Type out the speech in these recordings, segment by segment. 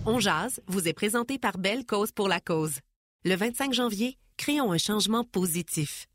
On jase vous est présenté par Belle Cause pour la cause. Le 25 janvier, créons un changement positif.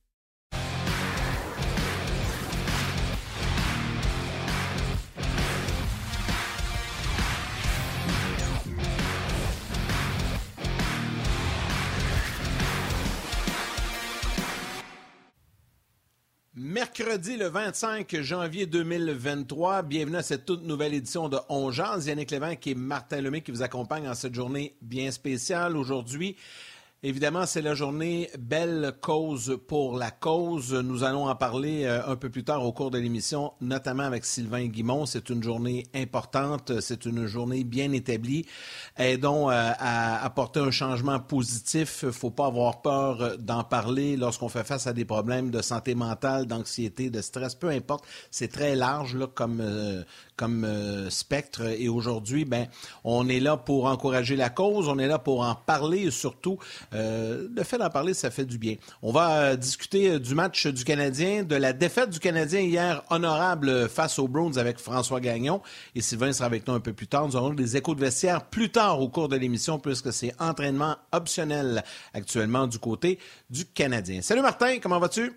Mercredi le 25 janvier 2023, bienvenue à cette toute nouvelle édition de On jase. Yannick Lévesque et Martin Lemay qui vous accompagnent en cette journée bien spéciale. Aujourd'hui, évidemment, c'est la journée Belle Cause pour la cause. Nous allons en parler un peu plus tard au cours de l'émission, notamment avec Sylvain Guimond. C'est une journée importante, c'est une journée bien établie. Aidons à apporter un changement positif. Il ne faut pas avoir peur d'en parler lorsqu'on fait face à des problèmes de santé mentale, d'anxiété, de stress, peu importe. C'est très large là, comme spectre. Et aujourd'hui, on est là pour encourager la cause, on est là pour en parler et surtout, le fait d'en parler, ça fait du bien. On va discuter du match du Canadien, de la défaite du Canadien hier honorable face aux Bruins avec François Gagnon. Et Sylvain sera avec nous un peu plus tard. Nous aurons des échos de vestiaire plus tard au cours de l'émission puisque c'est entraînement optionnel actuellement du côté du Canadien. Salut Martin, comment vas-tu?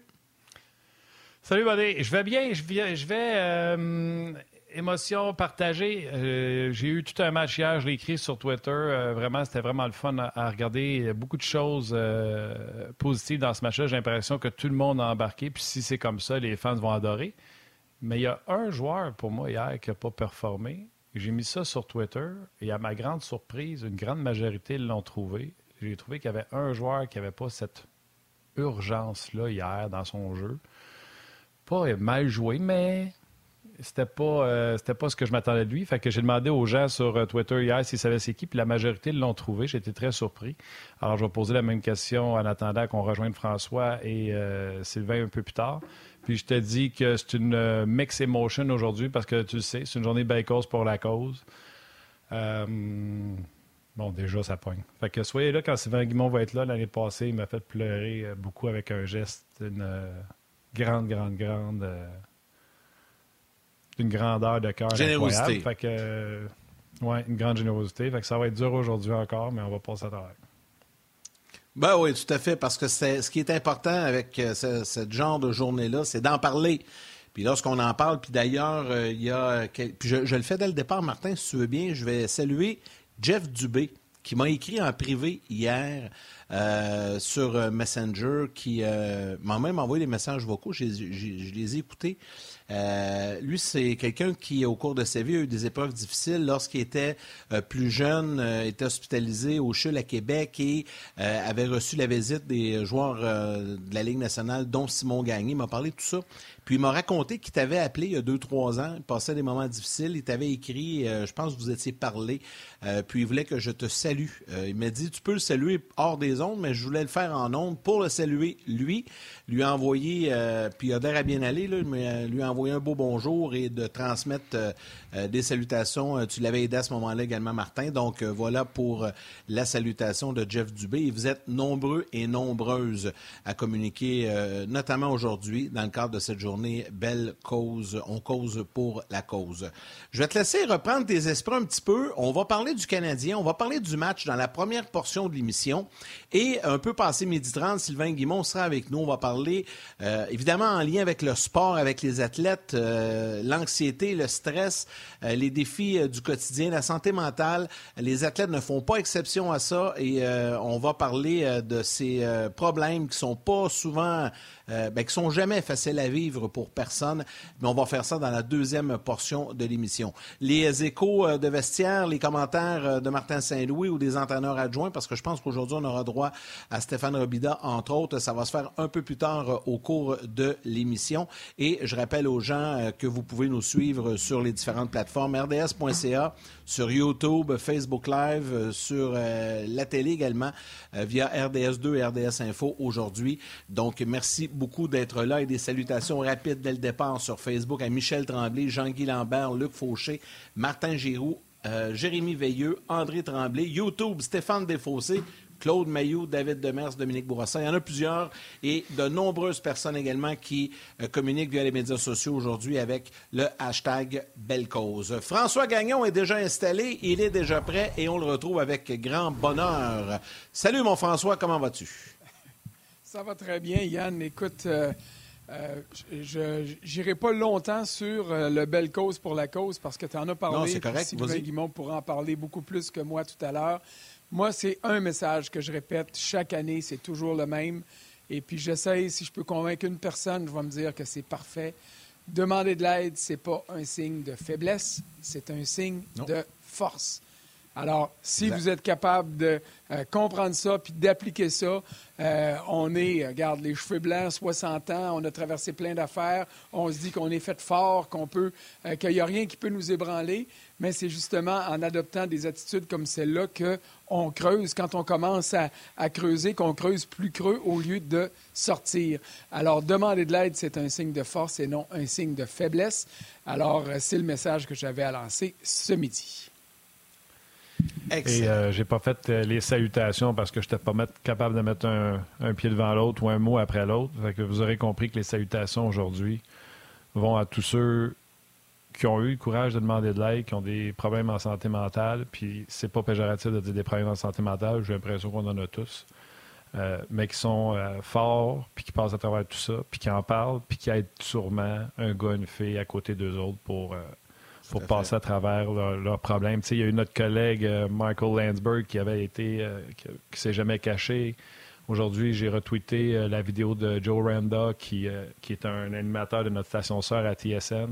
Salut Buddy, je vais bien, je vais émotion partagée. J'ai eu tout un match hier, je l'ai écrit sur Twitter. Vraiment, c'était vraiment le fun à regarder. Beaucoup de choses positives dans ce match-là. J'ai l'impression que tout le monde a embarqué. Puis si c'est comme ça, les fans vont adorer. Mais il y a un joueur pour moi hier qui n'a pas performé. J'ai mis ça sur Twitter et à ma grande surprise, une grande majorité l'ont trouvé. J'ai trouvé qu'il y avait un joueur qui n'avait pas cette urgence-là hier dans son jeu. Pas mal joué, mais c'était pas ce que je m'attendais de lui. Fait que j'ai demandé aux gens sur Twitter hier s'ils savaient c'est qui, puis la majorité l'ont trouvé. J'ai été très surpris. Alors, je vais poser la même question en attendant qu'on rejoigne François et Sylvain un peu plus tard. Puis je te dis que c'est une mix emotion aujourd'hui parce que tu le sais, c'est une journée Belle Cause pour la cause. Bon, déjà, ça pogne. Fait que soyez là quand Sylvain Guimond va être là. L'année passée, il m'a fait pleurer beaucoup avec un geste, une grande d'une grandeur de cœur générosité. Fait que, une grande générosité. Fait que ça va être dur aujourd'hui encore, mais on va passer à travers. Ben oui, tout à fait, parce que ce qui est important avec ce genre de journée-là, c'est d'en parler. Puis lorsqu'on en parle, puis d'ailleurs, il y a... Puis je le fais dès le départ, Martin, si tu veux bien, je vais saluer Jeff Dubé, qui m'a écrit en privé hier sur Messenger, qui m'a même envoyé des messages vocaux. Je les ai écoutés. Lui, c'est quelqu'un qui, au cours de sa vie, a eu des épreuves difficiles. Lorsqu'il était plus jeune, était hospitalisé au CHUL à Québec et avait reçu la visite des joueurs de la Ligue nationale, dont Simon Gagné. Il m'a parlé de tout ça. Puis il m'a raconté qu'il t'avait appelé il y a 2-3 ans, il passait des moments difficiles, il t'avait écrit, je pense que vous étiez parlé, puis il voulait que je te salue. Il m'a dit, tu peux le saluer hors des ondes, mais je voulais le faire en ondes pour le saluer, lui a envoyé, puis il a l'air à bien aller, là, mais lui a envoyé un beau bonjour et de transmettre des salutations. Tu l'avais aidé à ce moment-là également, Martin. Donc voilà pour la salutation de Jeff Dubé. Et vous êtes nombreux et nombreuses à communiquer, notamment aujourd'hui, dans le cadre de cette journée Belle Cause. On cause pour la cause. Je vais te laisser reprendre tes esprits un petit peu. On va parler du Canadien. On va parler du match dans la première portion de l'émission. Et un peu passé 12h30, Sylvain Guimond sera avec nous. On va parler, évidemment, en lien avec le sport, avec les athlètes, l'anxiété, le stress, les défis du quotidien, la santé mentale. Les athlètes ne font pas exception à ça et on va parler de ces problèmes qui sont pas souvent, qui sont jamais faciles à vivre pour personne, mais on va faire ça dans la deuxième portion de l'émission. Les échos de vestiaire, les commentaires de Martin Saint-Louis ou des entraîneurs adjoints, parce que je pense qu'aujourd'hui, on aura droit à Stéphane Robida, entre autres. Ça va se faire un peu plus tard au cours de l'émission. Et je rappelle aux gens que vous pouvez nous suivre sur les différentes plateformes, rds.ca, sur YouTube, Facebook Live, sur la télé également, via RDS2 et RDS Info aujourd'hui. Donc, merci beaucoup d'être là et des salutations rapides dès le départ sur Facebook à Michel Tremblay, Jean-Guy Lambert, Luc Fauché, Martin Giroux, Jérémy Veilleux, André Tremblay, YouTube, Stéphane Desfossés. Claude Mailloux, David Demers, Dominique Bourassa. Il y en a plusieurs et de nombreuses personnes également qui communiquent via les médias sociaux aujourd'hui avec le hashtag Belle Cause. François Gagnon est déjà installé, il est déjà prêt et on le retrouve avec grand bonheur. Salut mon François, comment vas-tu? Ça va très bien, Yann. Écoute, je n'irai pas longtemps sur le Belle Cause pour la cause parce que tu en as parlé. Non, c'est correct. Sylvain Guimond pourra en parler beaucoup plus que moi tout à l'heure. Moi, c'est un message que je répète chaque année, c'est toujours le même. Et puis, j'essaie, si je peux convaincre une personne, je vais me dire que c'est parfait. Demander de l'aide, ce n'est pas un signe de faiblesse, c'est un signe de force. Alors, si vous êtes capable de comprendre ça puis d'appliquer ça, on est, regarde, les cheveux blancs, 60 ans, on a traversé plein d'affaires, on se dit qu'on est fait fort, qu'il n'y a rien qui peut nous ébranler, mais c'est justement en adoptant des attitudes comme celle-là qu'on creuse, quand on commence à creuser, qu'on creuse plus creux au lieu de sortir. Alors, demander de l'aide, c'est un signe de force et non un signe de faiblesse. Alors, c'est le message que j'avais à lancer ce midi. Excellent. Et j'ai pas fait les salutations parce que je n'étais pas capable de mettre un pied devant l'autre ou un mot après l'autre. Fait que vous aurez compris que les salutations aujourd'hui vont à tous ceux qui ont eu le courage de demander de l'aide, qui ont des problèmes en santé mentale. Puis c'est pas péjoratif de dire des problèmes en santé mentale, j'ai l'impression qu'on en a tous. Mais qui sont forts, puis qui passent à travers tout ça, puis qui en parlent, puis qui aident sûrement un gars, une fille à côté d'eux autres pour passer à travers leurs problèmes. Tu sais, il y a eu notre collègue Michael Landsberg qui avait été, qui s'est jamais caché. Aujourd'hui, j'ai retweeté la vidéo de Joe Randa, qui est un animateur de notre station sœur à TSN,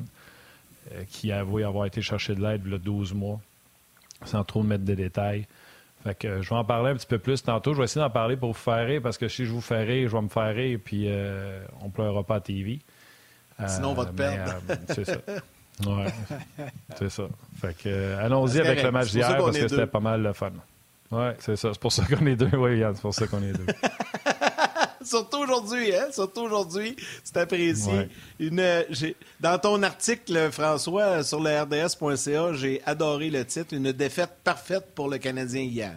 qui a avoué avoir été chercher de l'aide il y a 12 mois, sans trop mettre de détails. Fait que je vais en parler un petit peu plus tantôt. Je vais essayer d'en parler pour vous faire rire, parce que si je vous fais rire, je vais me faire rire, puis on ne pleurera pas à TV. Sinon, on va te perdre. C'est ça. Oui, c'est ça. Fait que, allons-y avec le match d'hier parce que c'était pas mal le fun. Oui, c'est ça. C'est pour ça qu'on est deux. Oui, Yann, c'est pour ça qu'on est deux. Surtout aujourd'hui, hein? Surtout aujourd'hui, c'est apprécié. Ouais. Dans ton article, François, sur le rds.ca, j'ai adoré le titre. Une défaite parfaite pour le Canadien hier.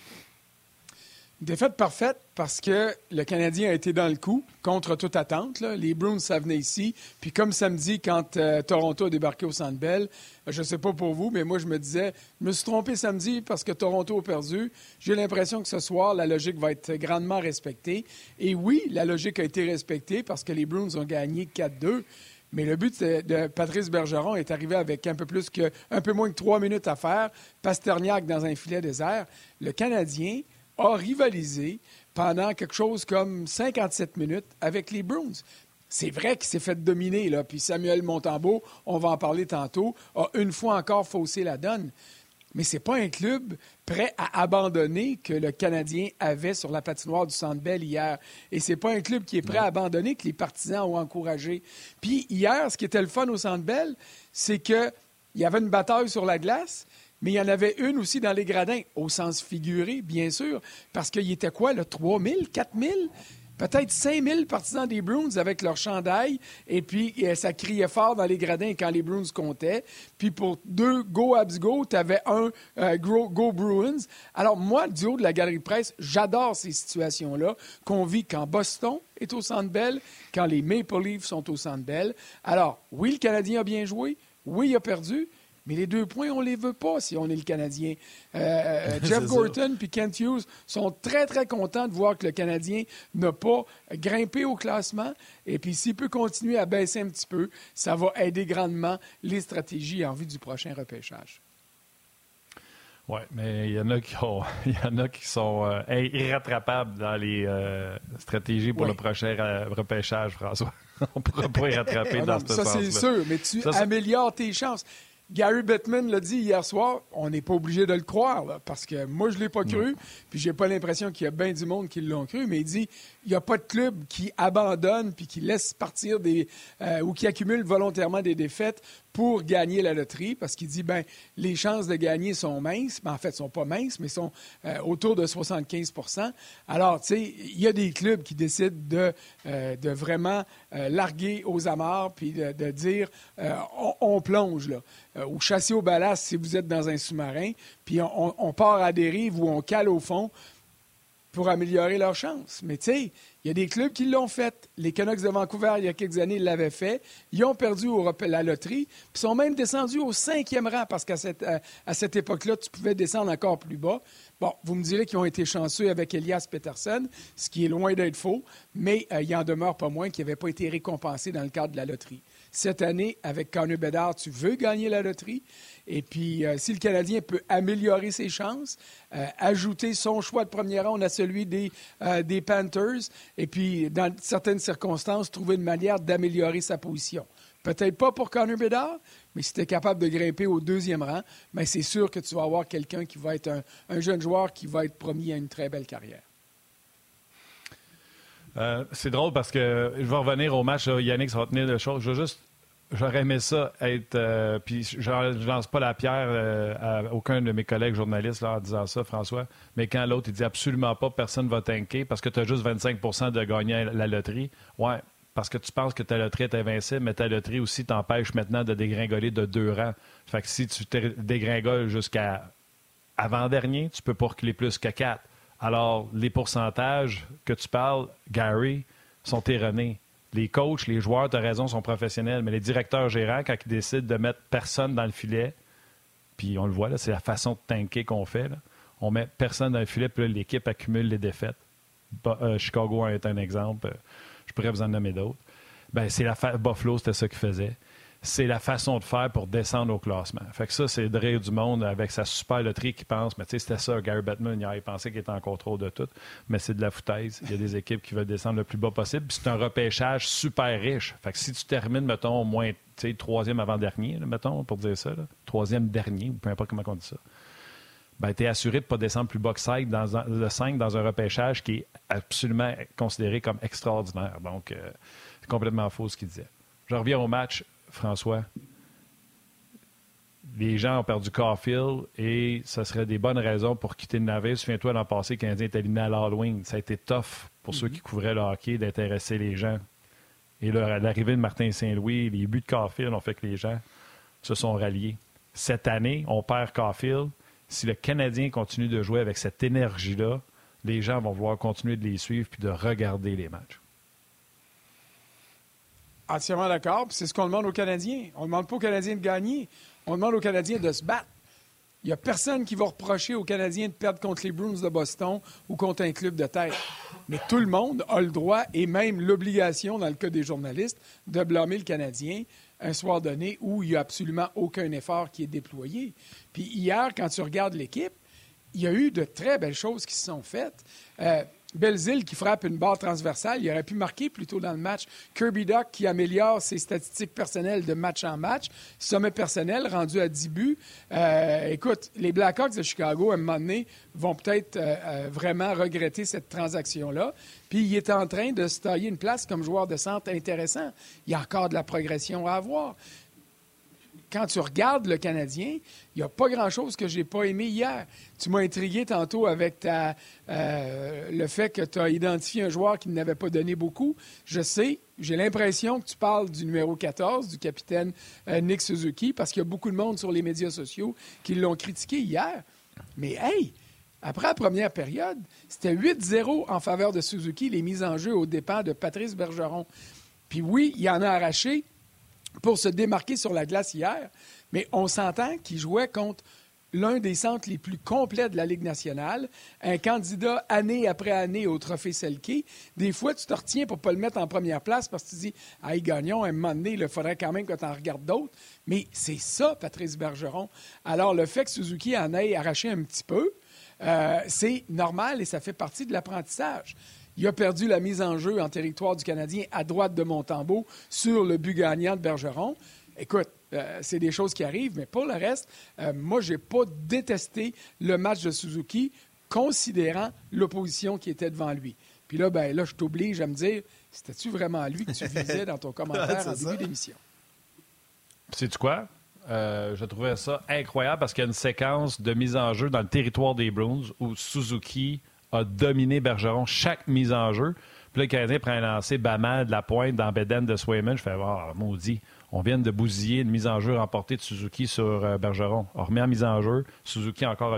Défaite parfaite parce que le Canadien a été dans le coup, contre toute attente. Là. Les Bruins, ça venait ici. Puis comme samedi, quand Toronto a débarqué au Centre Bell, je ne sais pas pour vous, mais moi, je me disais, je me suis trompé samedi parce que Toronto a perdu. J'ai l'impression que ce soir, la logique va être grandement respectée. Et oui, la logique a été respectée parce que les Bruins ont gagné 4-2. Mais le but de Patrice Bergeron est arrivé avec un peu moins que 3 minutes à faire. Pasterniak dans un filet désert. Le Canadien a rivalisé pendant quelque chose comme 57 minutes avec les Bruins. C'est vrai qu'il s'est fait dominer, là. Puis Samuel Montembeault, on va en parler tantôt, a une fois encore faussé la donne. Mais c'est pas un club prêt à abandonner que le Canadien avait sur la patinoire du Centre Bell hier. Et c'est pas un club qui est prêt à abandonner que les partisans ont encouragé. Puis hier, ce qui était le fun au Centre Bell, c'est qu'il y avait une bataille sur la glace, mais il y en avait une aussi dans les gradins, au sens figuré, bien sûr, parce qu'il était quoi, là, 3 000, 4 000? Peut-être 5 000 partisans des Bruins avec leur chandail, et puis ça criait fort dans les gradins quand les Bruins comptaient. Puis pour 2 Go Habs Go, tu avais un Go Bruins. Alors moi, du haut de la galerie de presse, j'adore ces situations-là qu'on vit quand Boston est au Centre Bell, quand les Maple Leafs sont au Centre Bell. Alors, oui, le Canadien a bien joué, oui, il a perdu, mais les 2 points, on ne les veut pas si on est le Canadien. Jeff Gorton et Kent Hughes sont très, très contents de voir que le Canadien n'a pas grimpé au classement. Et puis, s'il peut continuer à baisser un petit peu, ça va aider grandement les stratégies en vue du prochain repêchage. Oui, mais il y en a qui sont irrattrapables dans les stratégies pour le prochain repêchage, François. On ne pourra pas y rattraper dans ce sens-là. Ça, c'est sûr, mais tu améliores tes chances. Gary Bettman l'a dit hier soir, on n'est pas obligé de le croire, là, parce que moi, je ne l'ai pas cru, puis j'ai pas l'impression qu'il y a bien du monde qui l'ont cru, mais il dit, il n'y a pas de club qui abandonne puis qui laisse partir ou qui accumule volontairement des défaites pour gagner la loterie, parce qu'il dit, les chances de gagner sont minces, mais en fait, elles ne sont pas minces, mais sont autour de 75 %. Alors, tu sais, il y a des clubs qui décident de vraiment larguer aux amarres puis de dire, on plonge, là. Ou chasser au ballast si vous êtes dans un sous-marin, puis on part à dérive ou on cale au fond. pour améliorer leurs chances. Mais tu sais, il y a des clubs qui l'ont fait. Les Canucks de Vancouver, il y a quelques années, l'avaient fait. Ils ont perdu la loterie, puis sont même descendus au 5e rang parce qu'à cette époque-là, tu pouvais descendre encore plus bas. Bon, vous me direz qu'ils ont été chanceux avec Elias Pettersson, ce qui est loin d'être faux, mais il en demeure pas moins qu'ils n'avaient pas été récompensés dans le cadre de la loterie. Cette année, avec Connor Bedard, tu veux gagner la loterie. Et puis, si le Canadien peut améliorer ses chances, ajouter son choix de première ronde à celui des Panthers, et puis, dans certaines circonstances, trouver une manière d'améliorer sa position. Peut-être pas pour Connor Bedard, mais si tu es capable de grimper au 2e rang, bien, c'est sûr que tu vas avoir quelqu'un qui va être un jeune joueur qui va être promis à une très belle carrière. C'est drôle parce que je vais revenir au match. Là, Yannick, ça va tenir de choses. J'aurais aimé ça être. Puis je ne lance pas la pierre à aucun de mes collègues journalistes là, en disant ça, François. Mais quand l'autre, il dit absolument pas personne ne va tanker parce que tu as juste 25 % de gagner la loterie. Ouais, parce que tu penses que ta loterie est invincible, mais ta loterie aussi t'empêche maintenant de dégringoler de 2 rangs. Fait que si tu dégringoles jusqu'à avant-dernier, tu peux pas reculer plus qu'à 4. Alors, les pourcentages que tu parles, Gary, sont erronés. Les coachs, les joueurs, tu as raison, sont professionnels, mais les directeurs gérants, quand ils décident de mettre personne dans le filet, puis on le voit, là, c'est la façon de tanker qu'on fait. Là. On met personne dans le filet, puis là, l'équipe accumule les défaites. Chicago est un exemple. Je pourrais vous en nommer d'autres. Ben, Buffalo, c'était ça qu'ils faisaient. C'est la façon de faire pour descendre au classement. Fait que ça, c'est de rire du monde avec sa super loterie qui pense, mais tu sais, c'était ça, Gary Bettman, il pensait qu'il était en contrôle de tout, mais c'est de la foutaise. Il y a des équipes qui veulent descendre le plus bas possible, puis c'est un repêchage super riche. Fait que si tu termines, mettons, au moins, tu sais, 3e avant-dernier, là, mettons, pour dire ça, là, 3e dernier, ou peu importe comment on dit ça, ben, tu es assuré de ne pas descendre plus bas que 5 dans un repêchage qui est absolument considéré comme extraordinaire. Donc, c'est complètement faux ce qu'il disait. Je reviens au match. François, les gens ont perdu Caulfield et ce serait des bonnes raisons pour quitter le navire. Souviens-toi, l'an passé, le Canadien est éliminé à l'Halloween. Ça a été tough pour ceux qui couvraient le hockey d'intéresser les gens. Et là, l'arrivée de Martin Saint-Louis, les buts de Caulfield ont fait que les gens se sont ralliés. Cette année, on perd Caulfield. Si le Canadien continue de jouer avec cette énergie-là, les gens vont vouloir continuer de les suivre puis de regarder les matchs. Entièrement d'accord. Puis c'est ce qu'on demande aux Canadiens. On ne demande pas aux Canadiens de gagner. On demande aux Canadiens de se battre. Il n'y a personne qui va reprocher aux Canadiens de perdre contre les Bruins de Boston ou contre un club de tête. Mais tout le monde a le droit et même l'obligation, dans le cas des journalistes, de blâmer le Canadien un soir donné où il n'y a absolument aucun effort qui est déployé. Puis hier, quand tu regardes l'équipe, il y a eu de très belles choses qui se sont faites. Belzile qui frappe une barre transversale, il aurait pu marquer plus tôt dans le match. Kirby Dach qui améliore ses statistiques personnelles de match en match. Sommet personnel rendu à 10 buts. Écoute, les Blackhawks de Chicago, à un moment donné, vont peut-être vraiment regretter cette transaction-là. Puis il est en train de se tailler une place comme joueur de centre intéressant. Il y a encore de la progression à avoir. Quand tu regardes le Canadien, il n'y a pas grand-chose que je n'ai pas aimé hier. Tu m'as intrigué tantôt avec le fait que tu as identifié un joueur qui n'avait pas donné beaucoup. Je sais, j'ai l'impression que tu parles du numéro 14, du capitaine Nick Suzuki, parce qu'il y a beaucoup de monde sur les médias sociaux qui l'ont critiqué hier. Mais hey, après la première période, c'était 8-0 en faveur de Suzuki, les mises en jeu aux dépens de Patrice Bergeron. Puis oui, il en a arraché pour se démarquer sur la glace hier, mais on s'entend qu'il jouait contre l'un des centres les plus complets de la Ligue nationale, un candidat année après année au Trophée Selke. Des fois, tu te retiens pour ne pas le mettre en première place parce que tu dis « Hey, Gagnon, à un moment donné, il faudrait quand même que tu en regardes d'autres. » Mais c'est ça, Patrice Bergeron. Alors, le fait que Suzuki en ait arraché un petit peu, c'est normal et ça fait partie de l'apprentissage. Il a perdu la mise en jeu en territoire du Canadien à droite de Montembeault sur le but gagnant de Bergeron. Écoute, c'est des choses qui arrivent, mais pour le reste, moi, je n'ai pas détesté le match de Suzuki, considérant l'opposition qui était devant lui. Puis là, je t'oblige à me dire, c'était-tu vraiment lui que tu visais dans ton commentaire en début d'émission? Sais-tu quoi? Je trouvais ça incroyable parce qu'il y a une séquence de mise en jeu dans le territoire des Bruins où Suzuki a dominé Bergeron chaque mise en jeu. Puis là, le Canadien prend un lancer bâmant de la pointe dans Bédène de Swayman. Je fais « maudit, on vient de bousiller une mise en jeu remportée de Suzuki sur Bergeron. On remet en mise en jeu, Suzuki encore au-dessus. »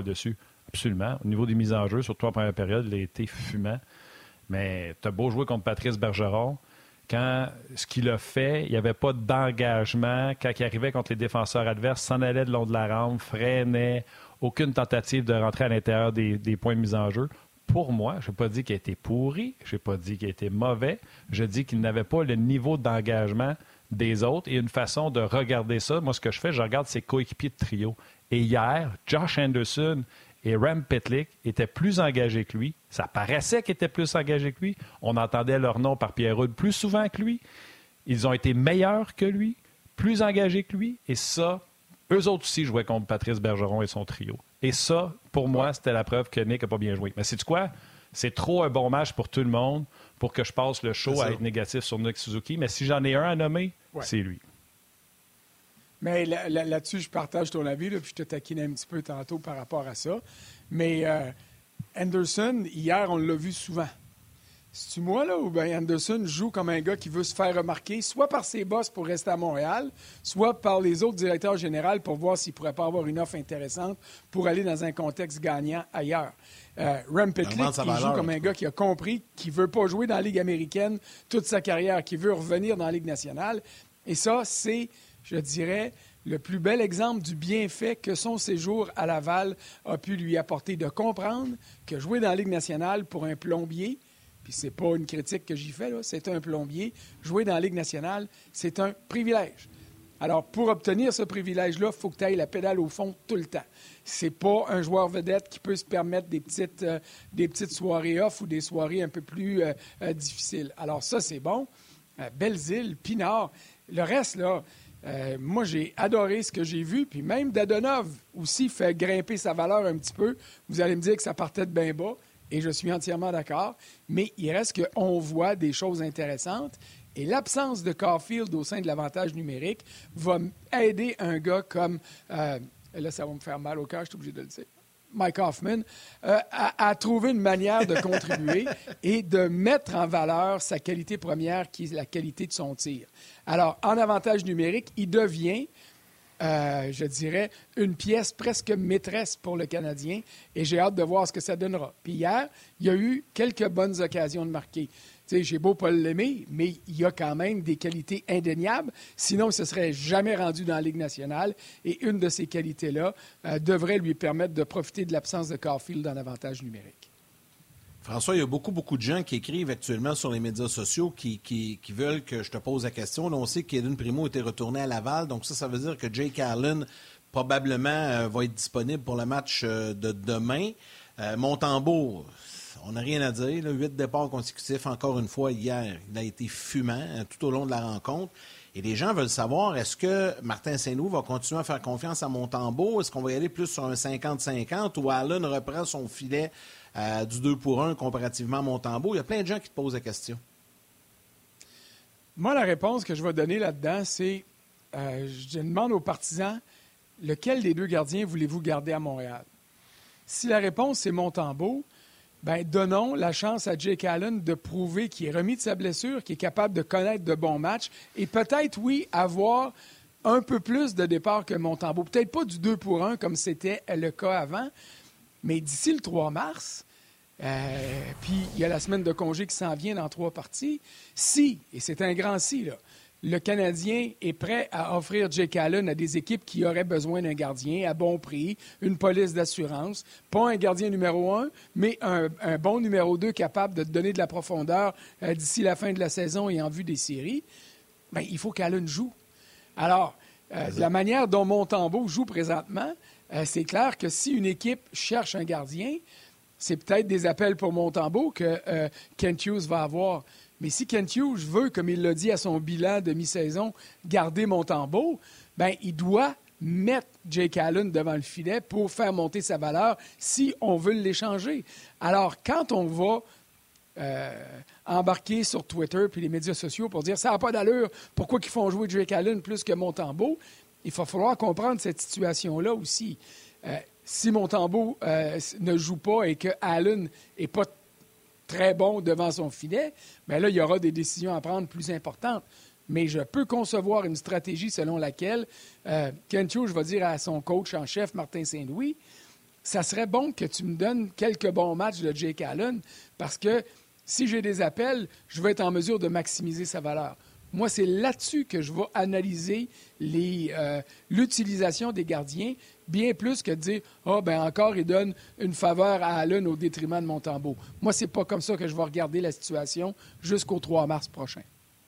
Absolument. Au niveau des mises en jeu, surtout en première période, il a été fumant. Mais tu as beau jouer contre Patrice Bergeron. Quand ce qu'il a fait, il n'y avait pas d'engagement. Quand il arrivait contre les défenseurs adverses, s'en allait de long de la rampe, freinait, aucune tentative de rentrer à l'intérieur des points de mise en jeu. Pour moi, je n'ai pas dit qu'il a été pourri, je n'ai pas dit qu'il a été mauvais, je dis qu'il n'avait pas le niveau d'engagement des autres et une façon de regarder ça. Moi, ce que je fais, je regarde ses coéquipiers de trio. Et hier, Josh Anderson et Rem Pitlick étaient plus engagés que lui. Ça paraissait qu'ils étaient plus engagés que lui. On entendait leur nom par Pierre-Rude plus souvent que lui. Ils ont été meilleurs que lui, plus engagés que lui. Et ça, eux autres aussi jouaient contre Patrice Bergeron et son trio. Et ça, pour moi, c'était la preuve que Nick n'a pas bien joué. Mais sais-tu quoi? C'est trop un bon match pour tout le monde pour que je passe le show à être négatif sur Nick Suzuki. Mais si j'en ai un à nommer, c'est lui. Mais là-dessus, je partage ton avis, là, puis je te taquinais un petit peu tantôt par rapport à ça. Mais Anderson, hier, on l'a vu souvent. C'est-tu moi, là, ou bien Anderson joue comme un gars qui veut se faire remarquer, soit par ses boss pour rester à Montréal, soit par les autres directeurs généraux pour voir s'il ne pourrait pas avoir une offre intéressante pour aller dans un contexte gagnant ailleurs. Rem Pitlick, il joue comme un gars qui a compris qu'il ne veut pas jouer dans la Ligue américaine toute sa carrière, qu'il veut revenir dans la Ligue nationale. Et ça, c'est, je dirais, le plus bel exemple du bienfait que son séjour à Laval a pu lui apporter de comprendre que jouer dans la Ligue nationale pour un plombier, puis c'est pas une critique que j'y fais, là, c'est un plombier, jouer dans la Ligue nationale, c'est un privilège. Alors, pour obtenir ce privilège-là, il faut que tu ailles la pédale au fond tout le temps. C'est pas un joueur vedette qui peut se permettre des petites soirées off ou des soirées un peu plus difficiles. Alors ça, c'est bon. Belzile, Pinard, le reste, là, moi, j'ai adoré ce que j'ai vu. Puis même Dadonov aussi fait grimper sa valeur un petit peu. Vous allez me dire que ça partait de bien bas, et je suis entièrement d'accord. Mais il reste qu'on voit des choses intéressantes. Et l'absence de Caulfield au sein de l'avantage numérique va aider un gars comme, là, ça va me faire mal au cœur, je suis obligé de le dire, Mike Hoffman, à trouver une manière de contribuer et de mettre en valeur sa qualité première, qui est la qualité de son tir. Alors, en avantage numérique, il devient, je dirais, une pièce presque maîtresse pour le Canadien, et j'ai hâte de voir ce que ça donnera. Puis hier, il y a eu quelques bonnes occasions de marquer. Tu sais, j'ai beau pas l'aimer, mais il y a quand même des qualités indéniables. Sinon, il ne se serait jamais rendu dans la Ligue nationale. Et une de ces qualités-là devrait lui permettre de profiter de l'absence de Caulfield en avantage numérique. François, il y a beaucoup de gens qui écrivent actuellement sur les médias sociaux qui veulent que je te pose la question. Là, on sait qu'Eden Primo était retourné à Laval. Donc ça veut dire que Jake Allen probablement va être disponible pour le match de demain. Montembeault, on n'a rien à dire. Là, 8 départs consécutifs, encore une fois, hier. Il a été fumant tout au long de la rencontre. Et les gens veulent savoir, est-ce que Martin Saint-Louis va continuer à faire confiance à Montembeault? Est-ce qu'on va y aller plus sur un 50-50 ou Allen reprend son filet du 2-pour-1 comparativement à Montembeault? Il y a plein de gens qui te posent la question. Moi, la réponse que je vais donner là-dedans, c'est je demande aux partisans, lequel des deux gardiens voulez-vous garder à Montréal? Si la réponse, c'est Montembeault, bien, donnons la chance à Jake Allen de prouver qu'il est remis de sa blessure, qu'il est capable de connaître de bons matchs et peut-être, oui, avoir un peu plus de départ que Montembeault. Peut-être pas du 2-pour-1 comme c'était le cas avant, mais d'ici le 3 mars, puis il y a la semaine de congé qui s'en vient dans 3 parties, si, et c'est un grand si, là, le Canadien est prêt à offrir Jake Allen à des équipes qui auraient besoin d'un gardien à bon prix, une police d'assurance, pas un gardien numéro 1, mais un bon numéro 2 capable de te donner de la profondeur d'ici la fin de la saison et en vue des séries, bien, il faut qu'Allen joue. Alors, la manière dont Montembeault joue présentement, c'est clair que si une équipe cherche un gardien, c'est peut-être des appels pour Montembeault que Kent Hughes va avoir. Mais si Kent Hughes veut, comme il l'a dit à son bilan de mi-saison, garder Montembeault, bien, il doit mettre Jake Allen devant le filet pour faire monter sa valeur si on veut l'échanger. Alors, quand on va embarquer sur Twitter puis les médias sociaux pour dire « ça n'a pas d'allure, pourquoi ils font jouer Jake Allen plus que Montembeault », il va falloir comprendre cette situation-là aussi. Si Montembeault ne joue pas et que Allen n'est pas très bon devant son filet, bien là, il y aura des décisions à prendre plus importantes. Mais je peux concevoir une stratégie selon laquelle Kent Hughes va dire à son coach en chef, Martin Saint-Louis, ça serait bon que tu me donnes quelques bons matchs de Jake Allen parce que si j'ai des appels, je vais être en mesure de maximiser sa valeur. Moi, c'est là-dessus que je vais analyser l'utilisation des gardiens, bien plus que de dire « Ah, ben encore, il donne une faveur à Allen au détriment de Montembeault. » Moi, c'est pas comme ça que je vais regarder la situation jusqu'au 3 mars prochain.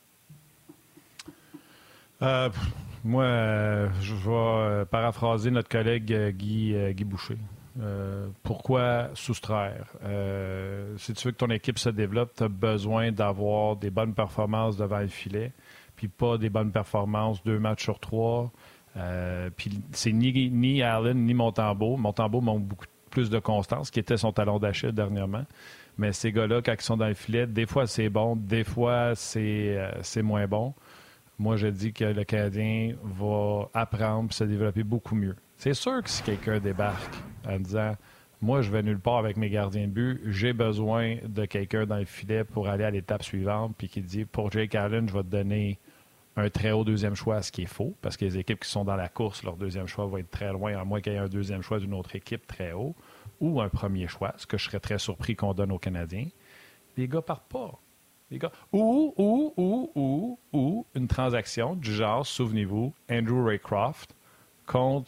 Moi, je vais paraphraser notre collègue Guy Boucher. Pourquoi soustraire? Si tu veux que ton équipe se développe, tu as besoin d'avoir des bonnes performances devant le filet, puis pas des bonnes performances 2 matchs sur 3. Puis c'est ni Allen ni Montembeault. Montembeault manque beaucoup plus de constance, qui était son talon d'Achille dernièrement. Mais ces gars-là, quand ils sont dans le filet, des fois c'est bon, des fois c'est moins bon. Moi, je dis que le Canadien va apprendre et se développer beaucoup mieux. C'est sûr que si quelqu'un débarque en disant « Moi, je vais nulle part avec mes gardiens de but, j'ai besoin de quelqu'un dans le filet pour aller à l'étape suivante », puis qui dit « Pour Jake Allen, je vais te donner un très haut deuxième choix », ce qui est faux, parce que les équipes qui sont dans la course, leur deuxième choix va être très loin, à moins qu'il y ait un deuxième choix d'une autre équipe très haut, ou un premier choix, ce que je serais très surpris qu'on donne aux Canadiens. Les gars partent pas. Les gars. Ou une transaction du genre, souvenez-vous, Andrew Raycroft contre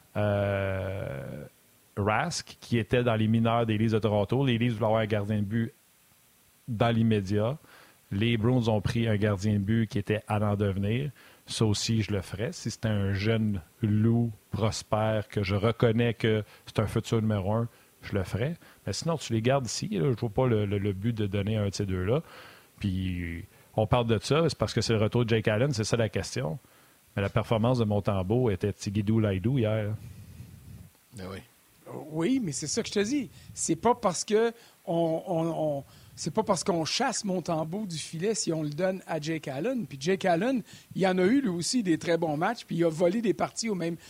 Rask, qui était dans les mineurs des Leafs de Toronto. Les Leafs voulaient avoir un gardien de but dans l'immédiat. Les Bruins ont pris un gardien de but qui était à en devenir. Ça aussi, je le ferais. Si c'était un jeune loup prospère que je reconnais que c'est un futur numéro 1, je le ferais. Mais sinon, tu les gardes ici. Là. Je ne vois pas le but de donner un de ces deux-là. Puis on parle de ça, c'est parce que c'est le retour de Jake Allen, c'est ça la question. Mais la performance de Montembeault était Tigidou Laidou hier. Ben oui. Oui, mais c'est ça que je te dis. C'est pas parce que c'est pas parce qu'on chasse Montembeault du filet si on le donne à Jake Allen. Puis Jake Allen, il en a eu lui aussi des très bons matchs, puis il a volé des parties au même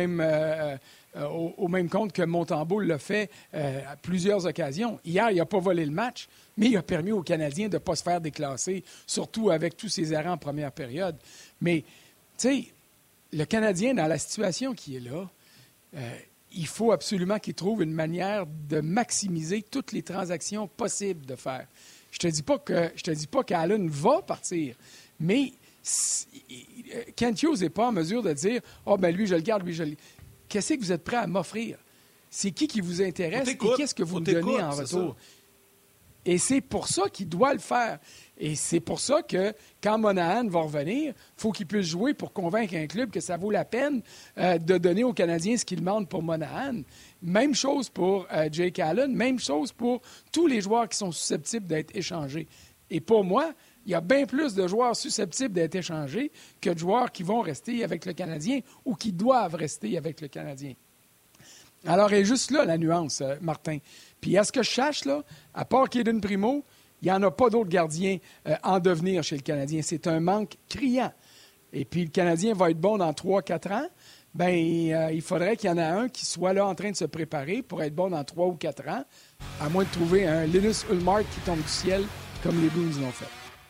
compte que Montembeault l'a fait à plusieurs occasions. Hier, il n'a pas volé le match, mais il a permis aux Canadiens de ne pas se faire déclasser, surtout avec tous ses arrêts en première période. Mais, tu sais, le Canadien, dans la situation qui est là, il faut absolument qu'il trouve une manière de maximiser toutes les transactions possibles de faire. Je te dis pas qu'Allen va partir, mais Kent Hughes n'est pas en mesure de dire « Ah, ben lui, je le garde, lui, je le... » Qu'est-ce que vous êtes prêt à m'offrir? C'est qui vous intéresse et qu'est-ce que vous me donnez en retour? Et c'est pour ça qu'il doit le faire. Et c'est pour ça que quand Monahan va revenir, il faut qu'il puisse jouer pour convaincre un club que ça vaut la peine de donner aux Canadiens ce qu'ils demandent pour Monahan. Même chose pour Jake Allen, même chose pour tous les joueurs qui sont susceptibles d'être échangés. Et pour moi, il y a bien plus de joueurs susceptibles d'être échangés que de joueurs qui vont rester avec le Canadien ou qui doivent rester avec le Canadien. Alors, est juste là la nuance, Martin. Puis à ce que je cherche, là, à part Kaden Primo, il n'y en a pas d'autres gardiens en devenir chez le Canadien. C'est un manque criant. Et puis le Canadien va être bon dans 3-4 ans. Bien, il faudrait qu'il y en ait un qui soit là en train de se préparer pour être bon dans 3 ou 4 ans, à moins de trouver un Linus Ullmark qui tombe du ciel comme les Blues l'ont fait.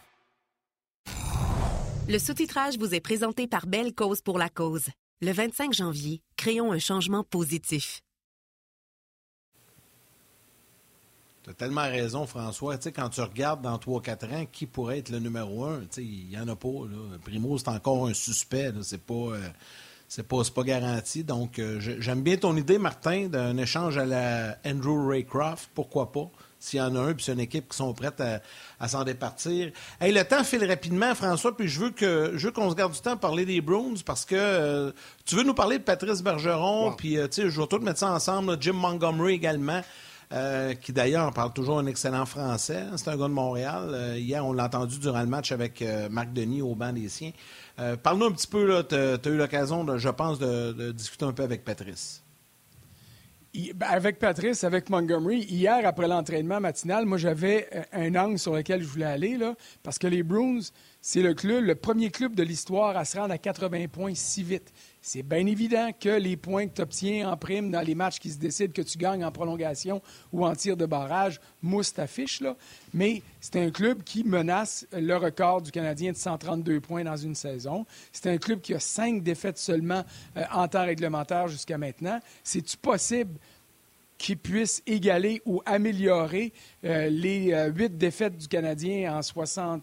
Le sous-titrage vous est présenté par Belle Cause pour la cause. Le 25 janvier, créons un changement positif. Tu as tellement raison, François. Tu sais, quand tu regardes dans 3-4 ans, qui pourrait être le numéro 1, tu sais, il n'y en a pas. Là. Primo, c'est encore un suspect. Là. C'est pas garanti. Donc, j'aime bien ton idée, Martin, d'un échange à la Andrew Raycroft. Pourquoi pas? S'il y en a un, puis c'est une équipe qui sont prêtes à s'en départir. Hey, le temps file rapidement, François, puis je veux qu'on se garde du temps pour parler des Bruins, parce que tu veux nous parler de Patrice Bergeron, puis tu sais, je vais tout mettre ça ensemble, là, Jim Montgomery également, qui d'ailleurs parle toujours un excellent français. C'est un gars de Montréal. Hier, on l'a entendu durant le match avec Marc Denis au banc des siens. Parle-nous un petit peu, là, tu as eu l'occasion, je pense, de discuter un peu avec Patrice. Avec Patrice, avec Montgomery, hier, après l'entraînement matinal, moi, j'avais un angle sur lequel je voulais aller, là, parce que les Bruins, c'est le premier club de l'histoire à se rendre à 80 points si vite. C'est bien évident que les points que tu obtiens en prime dans les matchs qui se décident que tu gagnes en prolongation ou en tir de barrage mousse ta fiche, là. Mais c'est un club qui menace le record du Canadien de 132 points dans une saison. C'est un club qui a 5 défaites seulement en temps réglementaire jusqu'à maintenant. C'est-tu possible qui puisse égaler ou améliorer les 8 défaites du Canadien en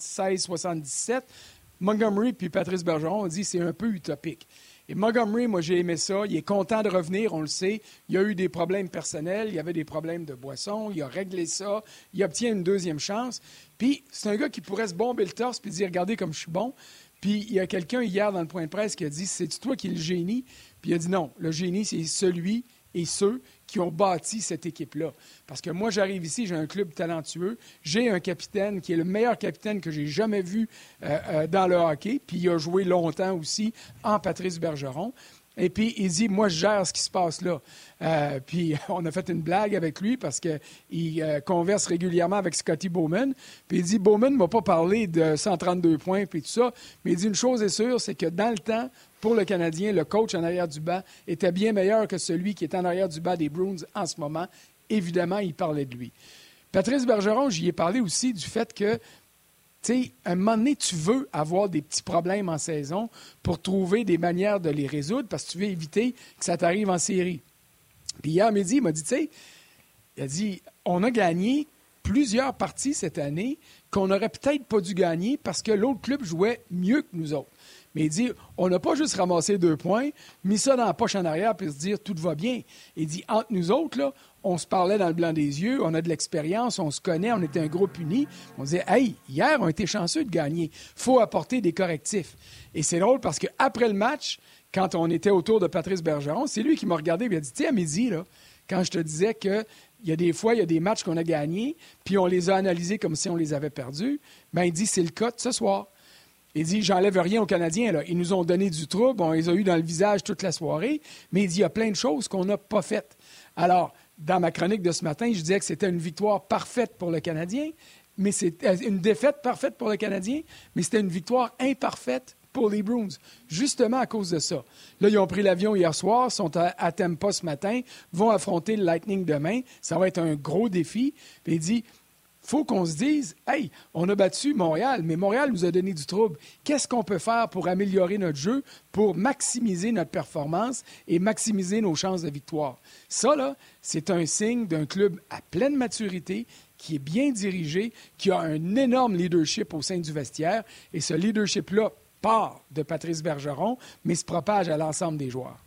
76-77. Montgomery puis Patrice Bergeron ont dit que c'est un peu utopique. Et Montgomery, moi, j'ai aimé ça. Il est content de revenir, on le sait. Il a eu des problèmes personnels, il y avait des problèmes de boisson, il a réglé ça, il obtient une deuxième chance. Puis, c'est un gars qui pourrait se bomber le torse puis dire « Regardez comme je suis bon ». Puis, il y a quelqu'un hier dans le point de presse qui a dit « C'est toi qui es le génie ». Puis, il a dit « Non, le génie, c'est celui et ceux qui ont bâti cette équipe-là. » Parce que moi, j'arrive ici, j'ai un club talentueux, j'ai un capitaine qui est le meilleur capitaine que j'ai jamais vu dans le hockey, puis il a joué longtemps aussi en Patrice Bergeron. Et puis, il dit, moi, je gère ce qui se passe là. Puis, on a fait une blague avec lui parce qu'il converse régulièrement avec Scotty Bowman. Puis, il dit, Bowman ne m'a pas parlé de 132 points puis tout ça. Mais il dit, une chose est sûre, c'est que dans le temps, pour le Canadien, le coach en arrière du banc était bien meilleur que celui qui est en arrière du banc des Bruins en ce moment. Évidemment, il parlait de lui. Patrice Bergeron, j'y ai parlé aussi du fait que tu sais, à un moment donné, tu veux avoir des petits problèmes en saison pour trouver des manières de les résoudre parce que tu veux éviter que ça t'arrive en série. Puis hier midi, il m'a dit, tu sais, il a dit, on a gagné plusieurs parties cette année qu'on n'aurait peut-être pas dû gagner parce que l'autre club jouait mieux que nous autres. Mais il dit, on n'a pas juste ramassé 2 points, mis ça dans la poche en arrière puis se dire, tout va bien. Il dit, entre nous autres, là, on se parlait dans le blanc des yeux, on a de l'expérience, on se connaît, on était un groupe uni. On disait, hey, hier, on a été chanceux de gagner. Il faut apporter des correctifs. Et c'est drôle parce qu'après le match, quand on était autour de Patrice Bergeron, c'est lui qui m'a regardé et il a dit, tu sais, à midi, là, quand je te disais que il y a des fois, il y a des matchs qu'on a gagnés, puis on les a analysés comme si on les avait perdus, bien, il dit, c'est le cas de ce soir. Il dit, j'enlève rien aux Canadiens. Là. Ils nous ont donné du trouble, on les a eu dans le visage toute la soirée, mais il dit, il y a plein de choses qu'on n'a pas faites. Alors, dans ma chronique de ce matin, je disais que c'était une victoire parfaite pour le Canadien, mais c'est une défaite parfaite pour le Canadien, mais c'était une victoire imparfaite pour les Bruins, justement à cause de ça. Là, ils ont pris l'avion hier soir, sont à Tampa ce matin, vont affronter le Lightning demain. Ça va être un gros défi. Puis il dit, faut qu'on se dise, hey, on a battu Montréal, mais Montréal nous a donné du trouble. Qu'est-ce qu'on peut faire pour améliorer notre jeu, pour maximiser notre performance et maximiser nos chances de victoire? Ça, là, c'est un signe d'un club à pleine maturité, qui est bien dirigé, qui a un énorme leadership au sein du vestiaire. Et ce leadership-là part de Patrice Bergeron, mais se propage à l'ensemble des joueurs.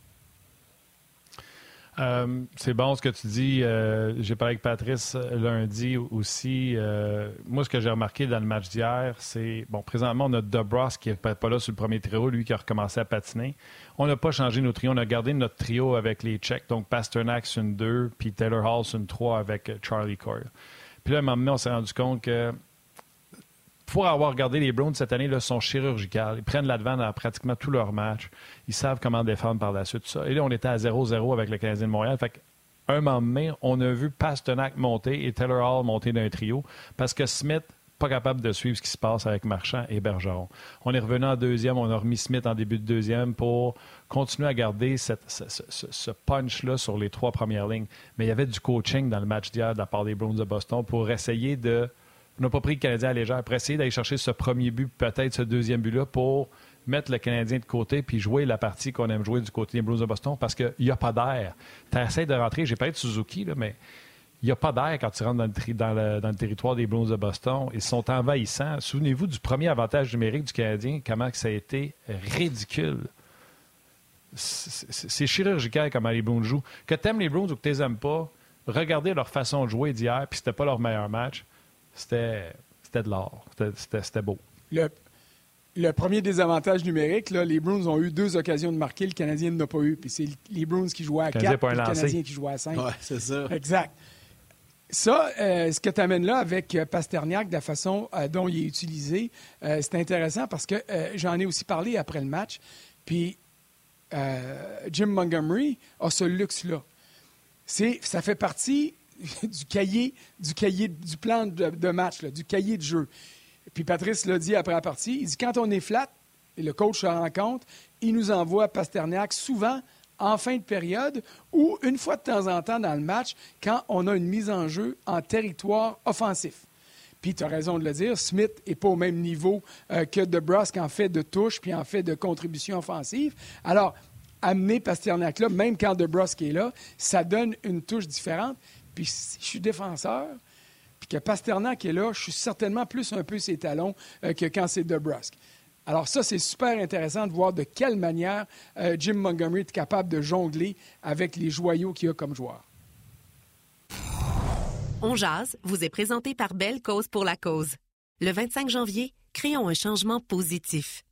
C'est bon ce que tu dis. J'ai parlé avec Patrice lundi aussi. Moi, ce que j'ai remarqué dans le match d'hier, c'est... Bon, présentement, on a DeBrus qui n'est pas là sur le premier trio, lui qui a recommencé à patiner. On n'a pas changé nos trios. On a gardé notre trio avec les Tchèques, donc Pasternak sur une 2, puis Taylor Hall sur une 3 avec Charlie Coyle. Puis là, à un moment donné, on s'est rendu compte que pour avoir regardé les Browns cette année, là, sont chirurgicales. Ils prennent l'advance dans pratiquement tous leurs matchs. Ils savent comment défendre par la suite. Tout ça. Et là, on était à 0-0 avec le Canadien de Montréal. Fait qu'un moment donné, on a vu Pasternak monter et Taylor Hall monter d'un trio parce que Smith, pas capable de suivre ce qui se passe avec Marchand et Bergeron. On est revenu en deuxième. On a remis Smith en début de deuxième pour continuer à garder ce punch-là sur les 3 premières lignes. Mais il y avait du coaching dans le match d'hier de la part des Bruins de Boston pour essayer de... On n'a pas pris le Canadien à la légère pour essayer d'aller chercher ce premier but, peut-être ce deuxième but-là, pour mettre le Canadien de côté puis jouer la partie qu'on aime jouer du côté des Blues de Boston parce qu'il n'y a pas d'air. Tu essaies de rentrer, j'ai parlé de Suzuki, là, mais il n'y a pas d'air quand tu rentres dans le territoire des Blues de Boston. Ils sont envahissants. Souvenez-vous du premier avantage numérique du Canadien, comment ça a été ridicule. C'est chirurgical comment les Bruins jouent. Que tu aimes les Bruins ou que tu les aimes pas, regardez leur façon de jouer d'hier, puis c'était pas leur meilleur match. C'était de l'art. C'était beau. Le premier désavantage numérique, là, les Bruins ont eu 2 occasions de marquer, le Canadien n'a pas eu. Puis c'est les Bruins qui jouaient à 4 et le Canadien qui jouait à 5. Oui, c'est ça. Exact. Ça, ce que tu amènes là avec Pasternak, de la façon dont il est utilisé, c'est intéressant parce que j'en ai aussi parlé après le match. Puis Jim Montgomery a ce luxe-là. Ça fait partie du plan de match, là, du cahier de jeu. Puis Patrice l'a dit après la partie, il dit quand on est flat, et le coach se rend compte, il nous envoie Pasternak souvent en fin de période ou une fois de temps en temps dans le match quand on a une mise en jeu en territoire offensif. Puis tu as raison de le dire, Smith n'est pas au même niveau que DeBrusque en fait de touche puis en fait de contribution offensive. Alors, amener Pasternak là, même quand DeBrusk est là, ça donne une touche différente. Puis si je suis défenseur, puis que Pasternak est là, je suis certainement plus un peu ses talons que quand c'est DeBrusk. Alors ça, c'est super intéressant de voir de quelle manière Jim Montgomery est capable de jongler avec les joyaux qu'il a comme joueur. On jase vous est présenté par Belle Cause pour la cause. Le 25 janvier, créons un changement positif.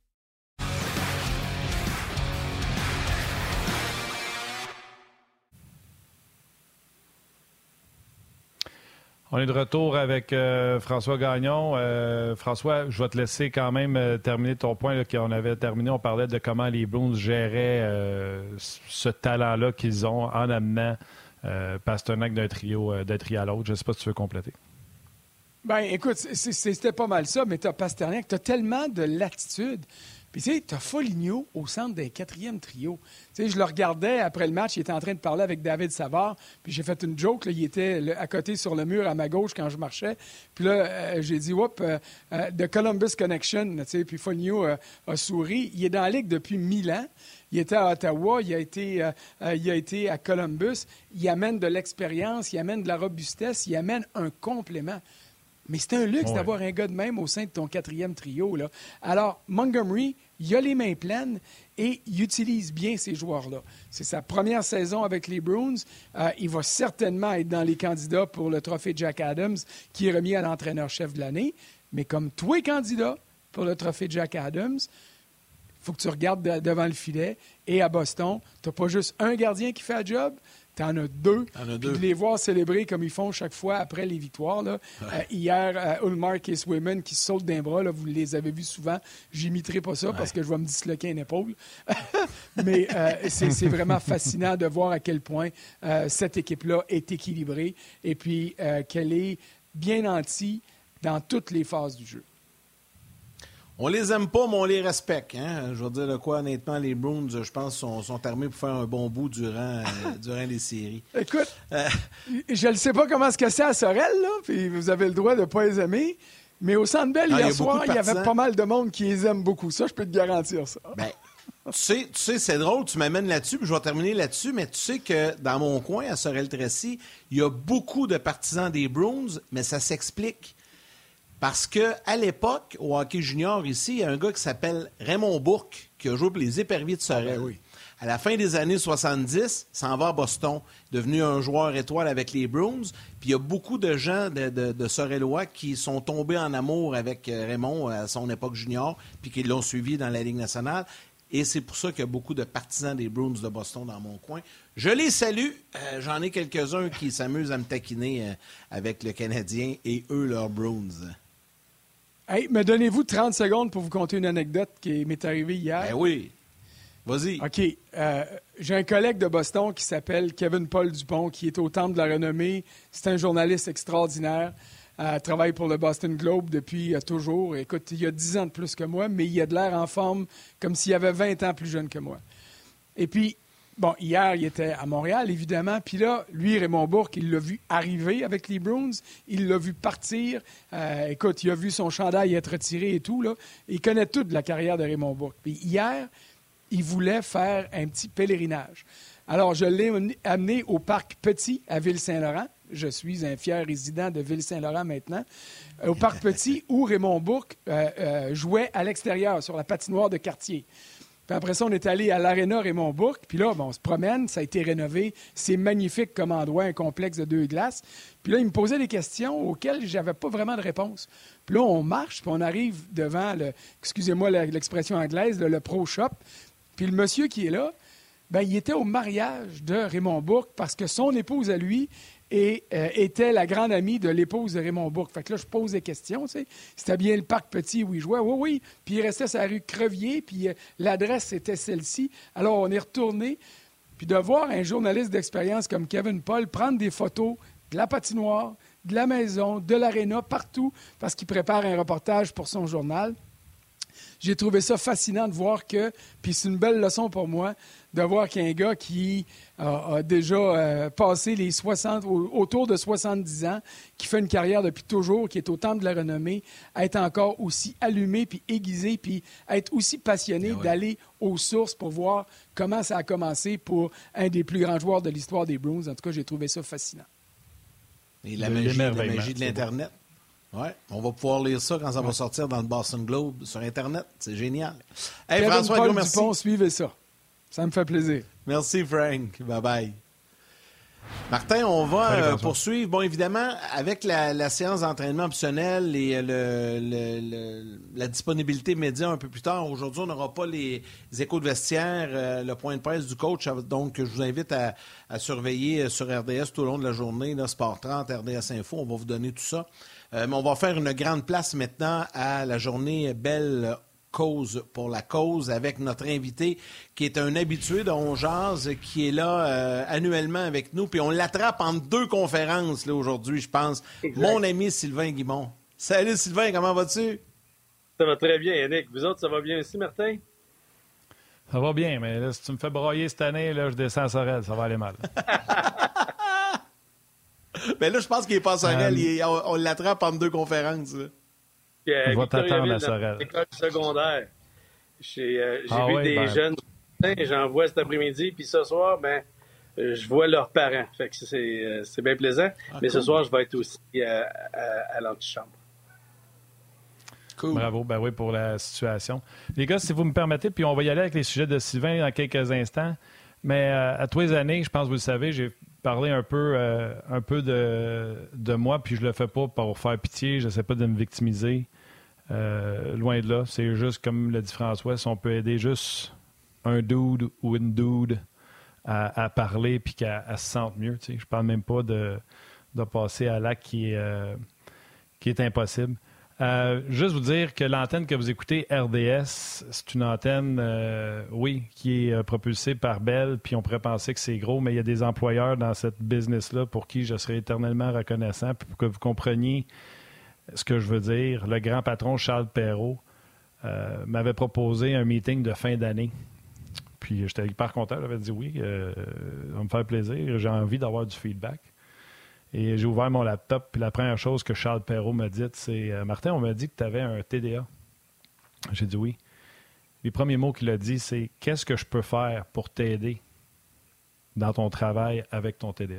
On est de retour avec François Gagnon. François, je vais te laisser quand même terminer ton point là, qu'on avait terminé. On parlait de comment les Bruins géraient ce talent-là qu'ils ont en amenant Pasternak d'un trio à l'autre. Je ne sais pas si tu veux compléter. Bien, écoute, c'était pas mal ça, mais tu as Pasternak, tu as tellement de latitude. Puis, tu sais, tu as Foligno au centre d'un 4e trio. Tu sais, je le regardais après le match, il était en train de parler avec David Savard, puis j'ai fait une joke, là, il était à côté sur le mur à ma gauche quand je marchais. Puis là, j'ai dit, The Columbus Connection, tu sais, puis Foligno a souri. Il est dans la Ligue depuis 1000 ans. Il était à Ottawa, il a été à Columbus. Il amène de l'expérience, il amène de la robustesse, il amène un complément. Mais c'est un luxe d'avoir un gars de même au sein de ton 4e trio, là. Alors, Montgomery, il a les mains pleines et il utilise bien ces joueurs-là. C'est sa première saison avec les Bruins. Il va certainement être dans les candidats pour le trophée Jack Adams qui est remis à l'entraîneur-chef de l'année. Mais comme tous les candidats pour le trophée Jack Adams, il faut que tu regardes devant le filet. Et à Boston, tu n'as pas juste un gardien qui fait le job, tu en as deux. Puis de les voir célébrer comme ils font chaque fois après les victoires. Là. Hier, Ullmark et Swayman qui sautent d'un bras, là, vous les avez vus souvent. J'imiterai pas ça parce que je vais me disloquer une épaule. Mais c'est vraiment fascinant de voir à quel point cette équipe-là est équilibrée et puis qu'elle est bien nantie dans toutes les phases du jeu. On les aime pas, mais on les respecte. Hein? Je veux dire de quoi, honnêtement, les Bruins, je pense, sont armés pour faire un bon bout durant les séries. Écoute, je ne sais pas comment c'est à Sorel, là, puis vous avez le droit de ne pas les aimer, mais au Centre Bell, hier soir, il y avait pas mal de monde qui les aime beaucoup. Ça, je peux te garantir ça. Ben, tu sais, c'est drôle, tu m'amènes là-dessus, puis je vais terminer là-dessus, mais tu sais que dans mon coin, à Sorel-Tracy, il y a beaucoup de partisans des Bruins, mais ça s'explique. Parce qu'à l'époque, au hockey junior ici, il y a un gars qui s'appelle Raymond Bourque, qui a joué pour les Éperviers de Sorel. Ben oui. À la fin des années 70, s'en va à Boston, devenu un joueur étoile avec les Bruins. Puis il y a beaucoup de gens de Sorellois qui sont tombés en amour avec Raymond à son époque junior, puis qui l'ont suivi dans la Ligue nationale. Et c'est pour ça qu'il y a beaucoup de partisans des Bruins de Boston dans mon coin. Je les salue. J'en ai quelques-uns qui s'amusent à me taquiner avec le Canadien et eux, leurs Bruins. Hey, me donnez-vous 30 secondes pour vous conter une anecdote qui m'est arrivée hier? Ben oui. Vas-y. OK. J'ai un collègue de Boston qui s'appelle Kevin Paul Dupont, qui est au Temple de la Renommée. C'est un journaliste extraordinaire. Travaille pour le Boston Globe depuis toujours. Écoute, il a 10 ans de plus que moi, mais il a de l'air en forme comme s'il avait 20 ans plus jeune que moi. Et puis, bon, hier, il était à Montréal, évidemment. Puis là, lui, Raymond Bourque, il l'a vu arriver avec les Bruins. Il l'a vu partir. Écoute, il a vu son chandail être retiré et tout. Là. Il connaît tout de la carrière de Raymond Bourque. Puis hier, il voulait faire un petit pèlerinage. Alors, je l'ai amené au Parc Petit à Ville-Saint-Laurent. Je suis un fier résident de Ville-Saint-Laurent maintenant. Au Parc Petit, où Raymond Bourque jouait à l'extérieur, sur la patinoire de quartier. Puis après ça, on est allé à l'Aréna Raymond Bourque. Puis là, on se promène, ça a été rénové. C'est magnifique comme endroit, un complexe de 2 glaces. Puis là, il me posait des questions auxquelles je n'avais pas vraiment de réponse. Puis là, on marche, puis on arrive devant excusez-moi l'expression anglaise, le Pro Shop. Puis le monsieur qui est là, ben, il était au mariage de Raymond Bourque parce que son épouse à lui était la grande amie de l'épouse de Raymond Bourque. Fait que là, je pose des questions, tu sais. C'était bien le Parc Petit où il jouait? Oui, oui. Puis il restait sur la rue Crevier, puis l'adresse était celle-ci. Alors, on est retourné. Puis de voir un journaliste d'expérience comme Kevin Paul prendre des photos de la patinoire, de la maison, de l'aréna, partout, parce qu'il prépare un reportage pour son journal. j'ai trouvé ça fascinant de voir que, puis c'est une belle leçon pour moi, de voir qu'un gars qui a déjà passé les 60, autour de 70 ans, qui fait une carrière depuis toujours, qui est au temple de la renommée, être encore aussi allumé, puis aiguisé, puis être aussi passionné d'aller aux sources pour voir comment ça a commencé pour un des plus grands joueurs de l'histoire des Bruins. En tout cas, j'ai trouvé ça fascinant. Et la magie de l'Internet. Oui, on va pouvoir lire ça quand ça va sortir dans le Boston Globe sur Internet. C'est génial. Hey, Kevin François, Paul merci. Dupont, suivez ça. Ça me fait plaisir. Merci, Frank. Bye-bye. Martin, on va poursuivre. Bon, évidemment, avec la séance d'entraînement optionnelle et la disponibilité média un peu plus tard, aujourd'hui, on n'aura pas les échos de vestiaire, le point de presse du coach. Donc, je vous invite à surveiller sur RDS tout au long de la journée, là, Sport 30, RDS Info. On va vous donner tout ça. Mais on va faire une grande place maintenant à la journée Belle Cause pour la cause avec notre invité qui est un habitué de On Jase, qui est là annuellement avec nous. Puis on l'attrape entre deux conférences là, aujourd'hui, je pense. Exact. Mon ami Sylvain Guimond. Salut Sylvain, comment vas-tu? Ça va très bien, Yannick. Vous autres, ça va bien aussi, Martin? Ça va bien, mais là, si tu me fais broyer cette année, là, je descends à Sorel, ça va aller mal. Mais là, je pense qu'il est pas à Sorel. On l'attrape entre deux conférences. Là. On va t'attendre à Sorel. L'école secondaire. J'ai vu des jeunes, j'en vois cet après-midi, puis ce soir, je vois leurs parents. Fait que c'est bien plaisant. Mais ce soir, je vais être aussi à l'antichambre. Cool. Bravo, ben oui, pour la situation. Les gars, si vous me permettez, puis on va y aller avec les sujets de Sylvain dans quelques instants. Mais à tous les années, je pense que vous le savez, j'ai parlé un peu de moi, puis je le fais pas pour faire pitié, je ne sais pas de me victimiser. Loin de là. C'est juste, comme l'a dit François, si on peut aider juste un dude ou une dude à parler puis qu'elle se sente mieux. Tu sais. Je parle même pas de passer à l'acte qui est impossible. Juste vous dire que l'antenne que vous écoutez, RDS, c'est une antenne, qui est propulsée par Bell, puis on pourrait penser que c'est gros, mais il y a des employeurs dans cette business-là pour qui je serais éternellement reconnaissant, puis pour que vous compreniez ce que je veux dire. Le grand patron Charles Perrault m'avait proposé un meeting de fin d'année. Puis j'étais hyper content, j'avais dit oui, ça va me faire plaisir, j'ai envie d'avoir du feedback. Et j'ai ouvert mon laptop, puis la première chose que Charles Perrault m'a dit, c'est « Martin, on m'a dit que tu avais un TDA. » J'ai dit oui. Les premiers mots qu'il a dit, c'est « Qu'est-ce que je peux faire pour t'aider dans ton travail avec ton TDA? »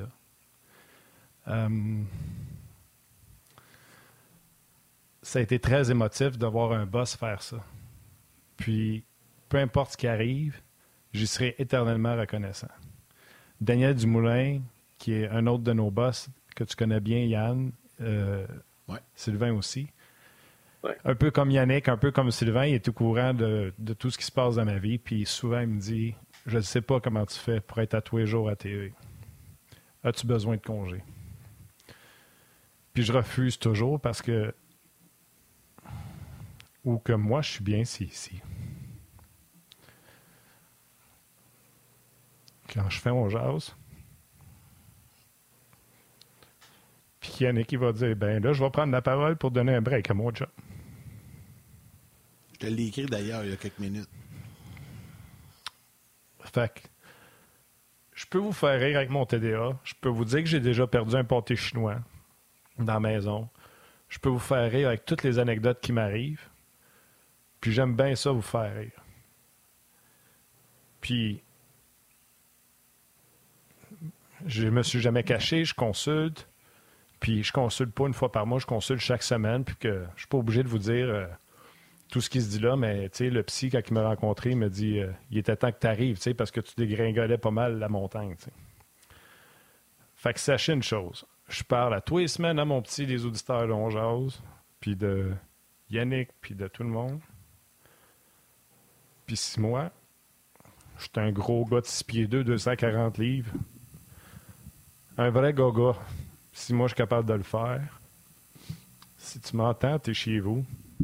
Ça a été très émotif de voir un boss faire ça. Puis, peu importe ce qui arrive, j'y serai éternellement reconnaissant. Daniel Dumoulin, qui est un autre de nos boss, que tu connais bien, Yann, Sylvain aussi. Ouais. Un peu comme Yannick, un peu comme Sylvain, il est au courant de tout ce qui se passe dans ma vie. Puis souvent, il me dit « Je ne sais pas comment tu fais pour être à tous les jours à TV. As-tu besoin de congé? » Puis je refuse toujours parce que ou que moi, je suis bien ici. Quand je fais mon jase, puis Yannick qui va dire, ben là, je vais prendre la parole pour donner un break à mon job. Je te l'ai écrit d'ailleurs il y a quelques minutes. Fait que, je peux vous faire rire avec mon TDA. Je peux vous dire que j'ai déjà perdu un pâté chinois dans la maison. Je peux vous faire rire avec toutes les anecdotes qui m'arrivent. Puis j'aime bien ça, vous faire rire. Puis, je me suis jamais caché, je consulte. Puis je consulte pas une fois par mois, je consulte chaque semaine. Puis que je suis pas obligé de vous dire tout ce qui se dit là, mais tu sais, le psy, quand il m'a rencontré, il m'a dit il était temps que tu arrives, tu sais, parce que tu dégringolais pas mal la montagne, tu sais. Fait que sachez une chose, je parle à tous les semaines à mon petit des auditeurs de On Jase, puis de Yannick, puis de tout le monde. Puis si moi, je suis un gros gars de 6 pieds 2, 240 livres, un vrai gaga, si moi je suis capable de le faire, si tu m'entends, t'es chez vous,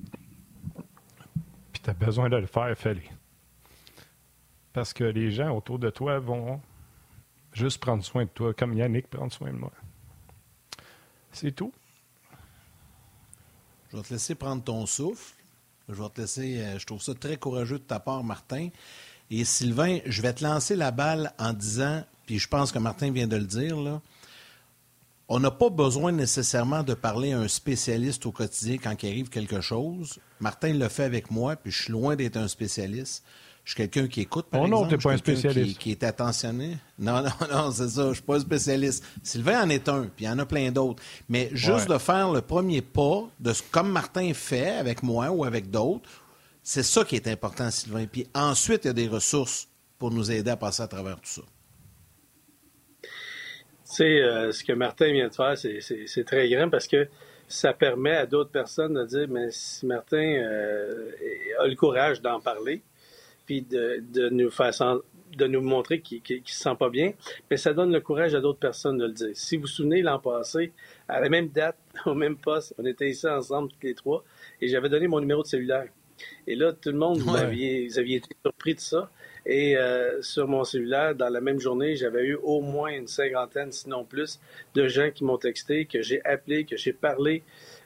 puis t'as besoin de le faire, fais-le. Parce que les gens autour de toi vont juste prendre soin de toi, comme Yannick prend soin de moi. C'est tout. Je vais te laisser prendre ton souffle. Je vais te laisser. Je trouve ça très courageux de ta part, Martin. Et Sylvain, je vais te lancer la balle en disant, puis je pense que Martin vient de le dire, là, on n'a pas besoin nécessairement de parler à un spécialiste au quotidien quand il arrive quelque chose. Martin le fait avec moi, puis je suis loin d'être un spécialiste. Je suis quelqu'un qui écoute, par exemple. Non, t'es pas un spécialiste. Qui est attentionné. Non, c'est ça. Je suis pas un spécialiste. Sylvain en est un, puis il y en a plein d'autres. Mais juste de faire le premier pas, comme Martin fait avec moi ou avec d'autres, c'est ça qui est important, Sylvain. Puis ensuite, il y a des ressources pour nous aider à passer à travers tout ça. Tu sais, ce que Martin vient de faire, c'est très grand parce que ça permet à d'autres personnes de dire, mais si Martin a le courage d'en parler, puis de nous montrer qu'il se sent pas bien, mais ça donne le courage à d'autres personnes de le dire. Si vous vous souvenez, l'an passé, à la même date, au même poste, on était ici ensemble, tous les trois, et j'avais donné mon numéro de cellulaire. Et là, tout le monde, vous aviez été surpris de ça. Et sur mon cellulaire, dans la même journée, j'avais eu au moins une 50aine, sinon plus, de gens qui m'ont texté, que j'ai appelé, que j'ai parlé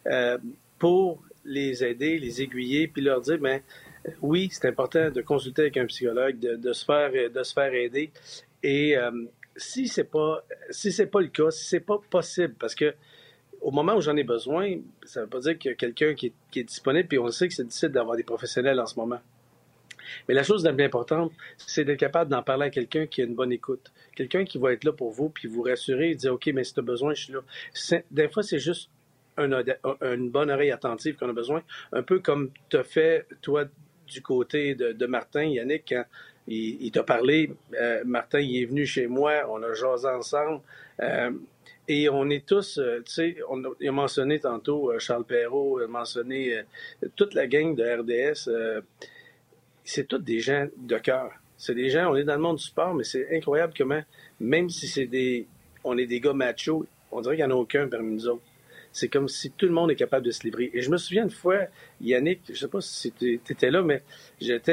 pour les aider, les aiguiller, puis leur dire, ben oui, c'est important de consulter avec un psychologue, de se faire aider. Et si c'est pas le cas, si c'est pas possible, parce que au moment où j'en ai besoin, ça veut pas dire qu'il y a quelqu'un qui est disponible, puis on sait que c'est difficile d'avoir des professionnels en ce moment. Mais la chose la plus importante, c'est d'être capable d'en parler à quelqu'un qui a une bonne écoute. Quelqu'un qui va être là pour vous, puis vous rassurer et dire, OK, mais si tu as besoin, je suis là. Des fois, c'est juste une bonne oreille attentive qu'on a besoin. Un peu comme tu as fait, toi, du côté de Martin, Yannick, quand il t'a parlé. Martin, il est venu chez moi, on a jasé ensemble. Et on est tous, tu sais, il a mentionné tantôt Charles Perrault, il a mentionné toute la gang de RDS. C'est tous des gens de cœur. C'est des gens, on est dans le monde du sport, mais c'est incroyable comment, même si on est des gars machos, on dirait qu'il n'y en a aucun parmi nous autres. C'est comme si tout le monde est capable de se livrer. Et je me souviens une fois, Yannick, je ne sais pas si tu étais là, mais j'étais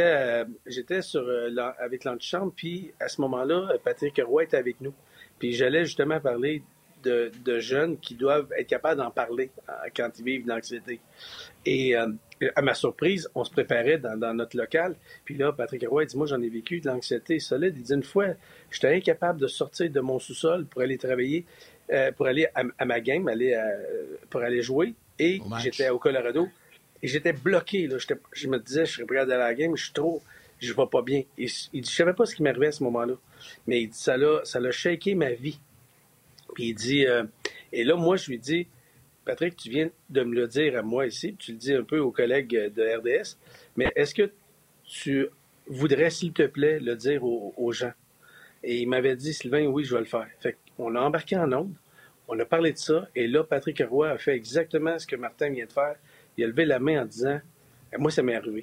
avec l'antichambre, puis à ce moment-là, Patrick Roy était avec nous. Puis j'allais justement parler de jeunes qui doivent être capables d'en parler quand ils vivent de l'anxiété. Et à ma surprise, on se préparait dans notre local. Puis là, Patrick Roy dit, moi, j'en ai vécu de l'anxiété solide. Il dit, une fois, j'étais incapable de sortir de mon sous-sol pour aller travailler, pour aller à ma game, pour aller jouer. Et j'étais au Colorado. Et j'étais bloqué. Là. Je me disais, je serais prêt à aller à la game, je vais pas bien. Et il dit, je savais pas ce qui m'arrivait à ce moment-là. Mais il dit, ça l'a shaké ma vie. Puis il dit, et là, moi, je lui dis, Patrick, tu viens de me le dire à moi ici, tu le dis un peu aux collègues de RDS, mais est-ce que tu voudrais, s'il te plaît, le dire aux gens? Et il m'avait dit, Sylvain, oui, je vais le faire. Fait qu'on a embarqué en ondes, on a parlé de ça, et là, Patrick Roy a fait exactement ce que Martin vient de faire. Il a levé la main en disant, moi, ça m'est arrivé.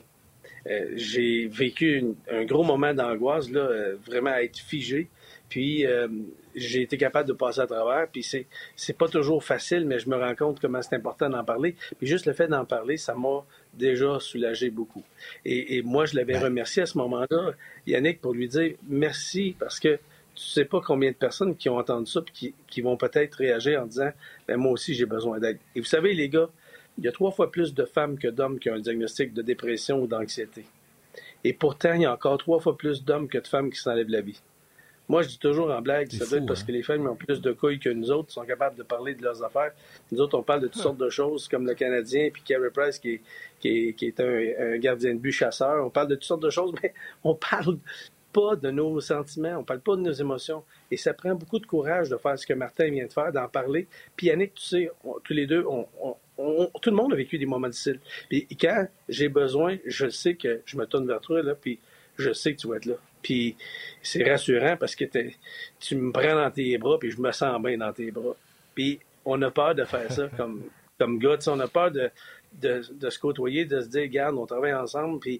J'ai vécu un gros moment d'angoisse, là, vraiment à être figé. Puis j'ai été capable de passer à travers. Puis c'est pas toujours facile, mais je me rends compte comment c'est important d'en parler. Puis juste le fait d'en parler, ça m'a déjà soulagé beaucoup. Et moi, je l'avais remercié à ce moment-là, Yannick, pour lui dire merci, parce que tu sais pas combien de personnes qui ont entendu ça puis qui vont peut-être réagir en disant ben, moi aussi, j'ai besoin d'aide. Et vous savez, les gars, il y a 3 fois plus de femmes que d'hommes qui ont un diagnostic de dépression ou d'anxiété. Et pourtant, il y a encore 3 fois plus d'hommes que de femmes qui s'enlèvent la vie. Moi, je dis toujours en blague, ça doit être parce que les femmes ont plus de couilles que nous autres, sont capables de parler de leurs affaires. Nous autres, on parle de toutes sortes de choses, comme le Canadien, puis Carey Price, qui est un gardien de but chasseur. On parle de toutes sortes de choses, mais on parle pas de nos sentiments, on parle pas de nos émotions. Et ça prend beaucoup de courage de faire ce que Martin vient de faire, d'en parler. Puis Yannick, tu sais, tous les deux, tout le monde a vécu des moments difficiles. Puis quand j'ai besoin, je sais que je me tourne vers toi, là, puis je sais que tu vas être là. Puis c'est rassurant parce que tu me prends dans tes bras, puis je me sens bien dans tes bras. Puis on a peur de faire ça comme gars. On a peur de se côtoyer, de se dire, regarde, on travaille ensemble, puis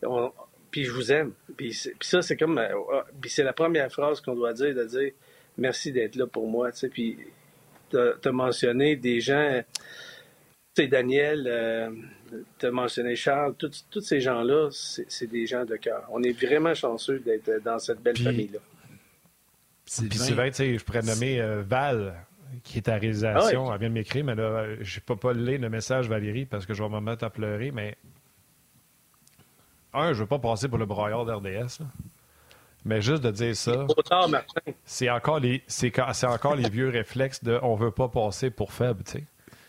je vous aime. Puis ça, c'est comme... puis c'est la première phrase qu'on doit dire, de dire merci d'être là pour moi. T'sais. Puis t'as mentionné des gens... Tu sais, Daniel, tu as mentionné Charles, tous ces gens-là, c'est des gens de cœur. On est vraiment chanceux d'être dans cette belle famille-là. Puis Sylvain, tu sais, je pourrais nommer Val, qui est à réalisation. Elle vient de m'écrire, mais là, je ne peux pas lire le message, Valérie, parce que je vais me mettre à pleurer, mais je veux pas passer pour le broyeur d'RDS, là. Mais juste de dire ça, c'est encore les vieux réflexes de on veut pas passer pour faible, tu sais.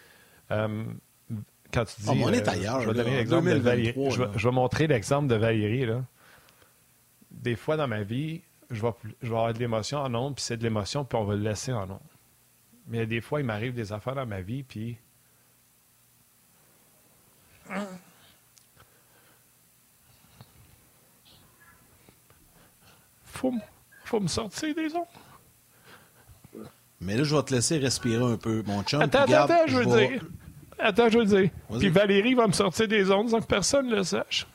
Quand tu dis... on est ailleurs. Je vais donner l'exemple de Valérie. Je vais montrer l'exemple de Valérie, là. Des fois dans ma vie, je vais avoir de l'émotion en ondes, puis c'est de l'émotion, puis on va le laisser en ondes. Mais des fois, il m'arrive des affaires dans ma vie, puis... Faut me sortir des ondes. Mais là, je vais te laisser respirer un peu, mon chum. Attends, je veux le dire. Puis Valérie va me sortir des ondes sans que personne ne le sache.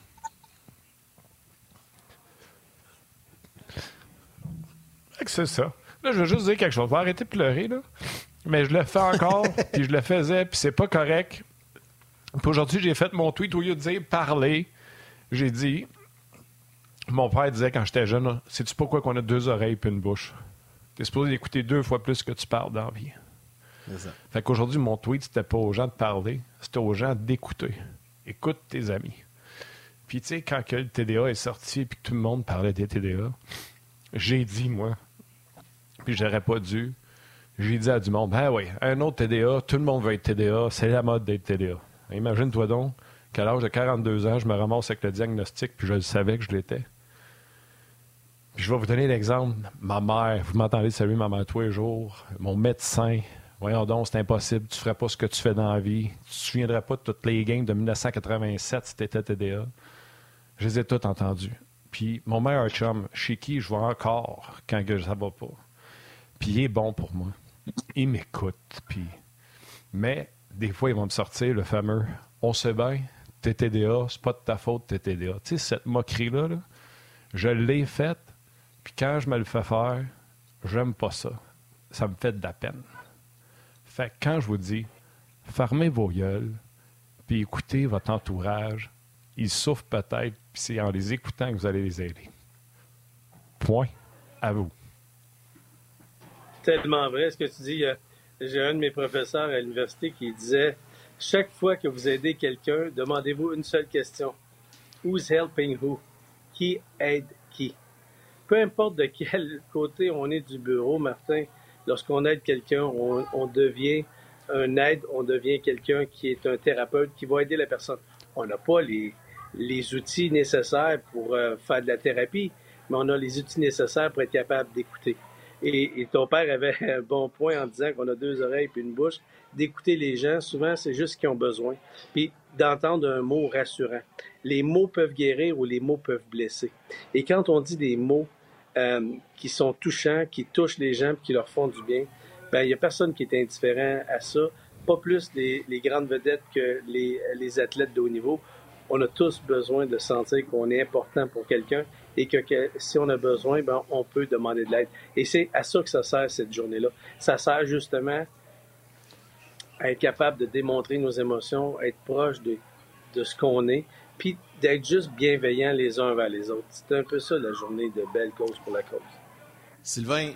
C'est ça. Là, je veux juste dire quelque chose. Je vais arrêter de pleurer, là. Mais je le fais encore, puis je le faisais, puis c'est pas correct. Puis aujourd'hui, j'ai fait mon tweet au lieu de dire « parler ». J'ai dit... Mon père disait quand j'étais jeune, sais-tu pourquoi qu'on a 2 oreilles et une bouche? T'es supposé écouter 2 fois plus que tu parles dans la vie. C'est ça. Fait qu'aujourd'hui, mon tweet, c'était pas aux gens de parler, c'était aux gens d'écouter. Écoute tes amis. Puis tu sais, quand que le TDA est sorti et que tout le monde parlait des TDA, j'ai dit, moi, puis j'aurais pas dû, j'ai dit à du monde, ben oui, un autre TDA, tout le monde veut être TDA, c'est la mode d'être TDA. Imagine-toi donc qu'à l'âge de 42 ans, je me ramasse avec le diagnostic, puis je le savais que je l'étais. Puis je vais vous donner l'exemple. Ma mère, vous m'entendez saluer ma mère tous les jours. Mon médecin, voyons donc, c'est impossible. Tu ne ferais pas ce que tu fais dans la vie. Tu ne te souviendrais pas de toutes les games de 1987 si tu étais TDA. Je les ai toutes entendues. Puis mon meilleur chum, chez qui je vois encore quand ça va pas. Puis il est bon pour moi. Il m'écoute. Puis... Mais des fois, il va me sortir le fameux « On sait bien, t'es TDA, c'est pas de ta faute, t'es TDA. » Tu sais, cette moquerie-là, là, je l'ai faite. Puis quand je me le fais faire, j'aime pas ça. Ça me fait de la peine. Fait que quand je vous dis, fermez vos gueules, puis écoutez votre entourage, ils souffrent peut-être, puis c'est en les écoutant que vous allez les aider. Point. À vous. Tellement vrai ce que tu dis. J'ai un de mes professeurs à l'université qui disait, chaque fois que vous aidez quelqu'un, demandez-vous une seule question. Who's helping who? Qui aide qui? Peu importe de quel côté on est du bureau, Martin, lorsqu'on aide quelqu'un, on devient un aide, on devient quelqu'un qui est un thérapeute qui va aider la personne. On n'a pas les outils nécessaires pour faire de la thérapie, mais on a les outils nécessaires pour être capable d'écouter. Et ton père avait un bon point en disant qu'on a 2 oreilles et une bouche. D'écouter les gens, souvent, c'est juste ce qu'ils ont besoin. Puis d'entendre un mot rassurant. Les mots peuvent guérir ou les mots peuvent blesser. Et quand on dit des mots qui sont touchants, qui touchent les gens et qui leur font du bien, ben il n'y a personne qui est indifférent à ça. Pas plus les grandes vedettes que les athlètes de haut niveau. On a tous besoin de sentir qu'on est important pour quelqu'un et que si on a besoin, ben on peut demander de l'aide. Et c'est à ça que ça sert cette journée-là. Ça sert justement à être capable de démontrer nos émotions, être proche de ce qu'on est, puis d'être juste bienveillants les uns vers les autres. C'est un peu ça la journée de Belle Cause pour la cause. Sylvain,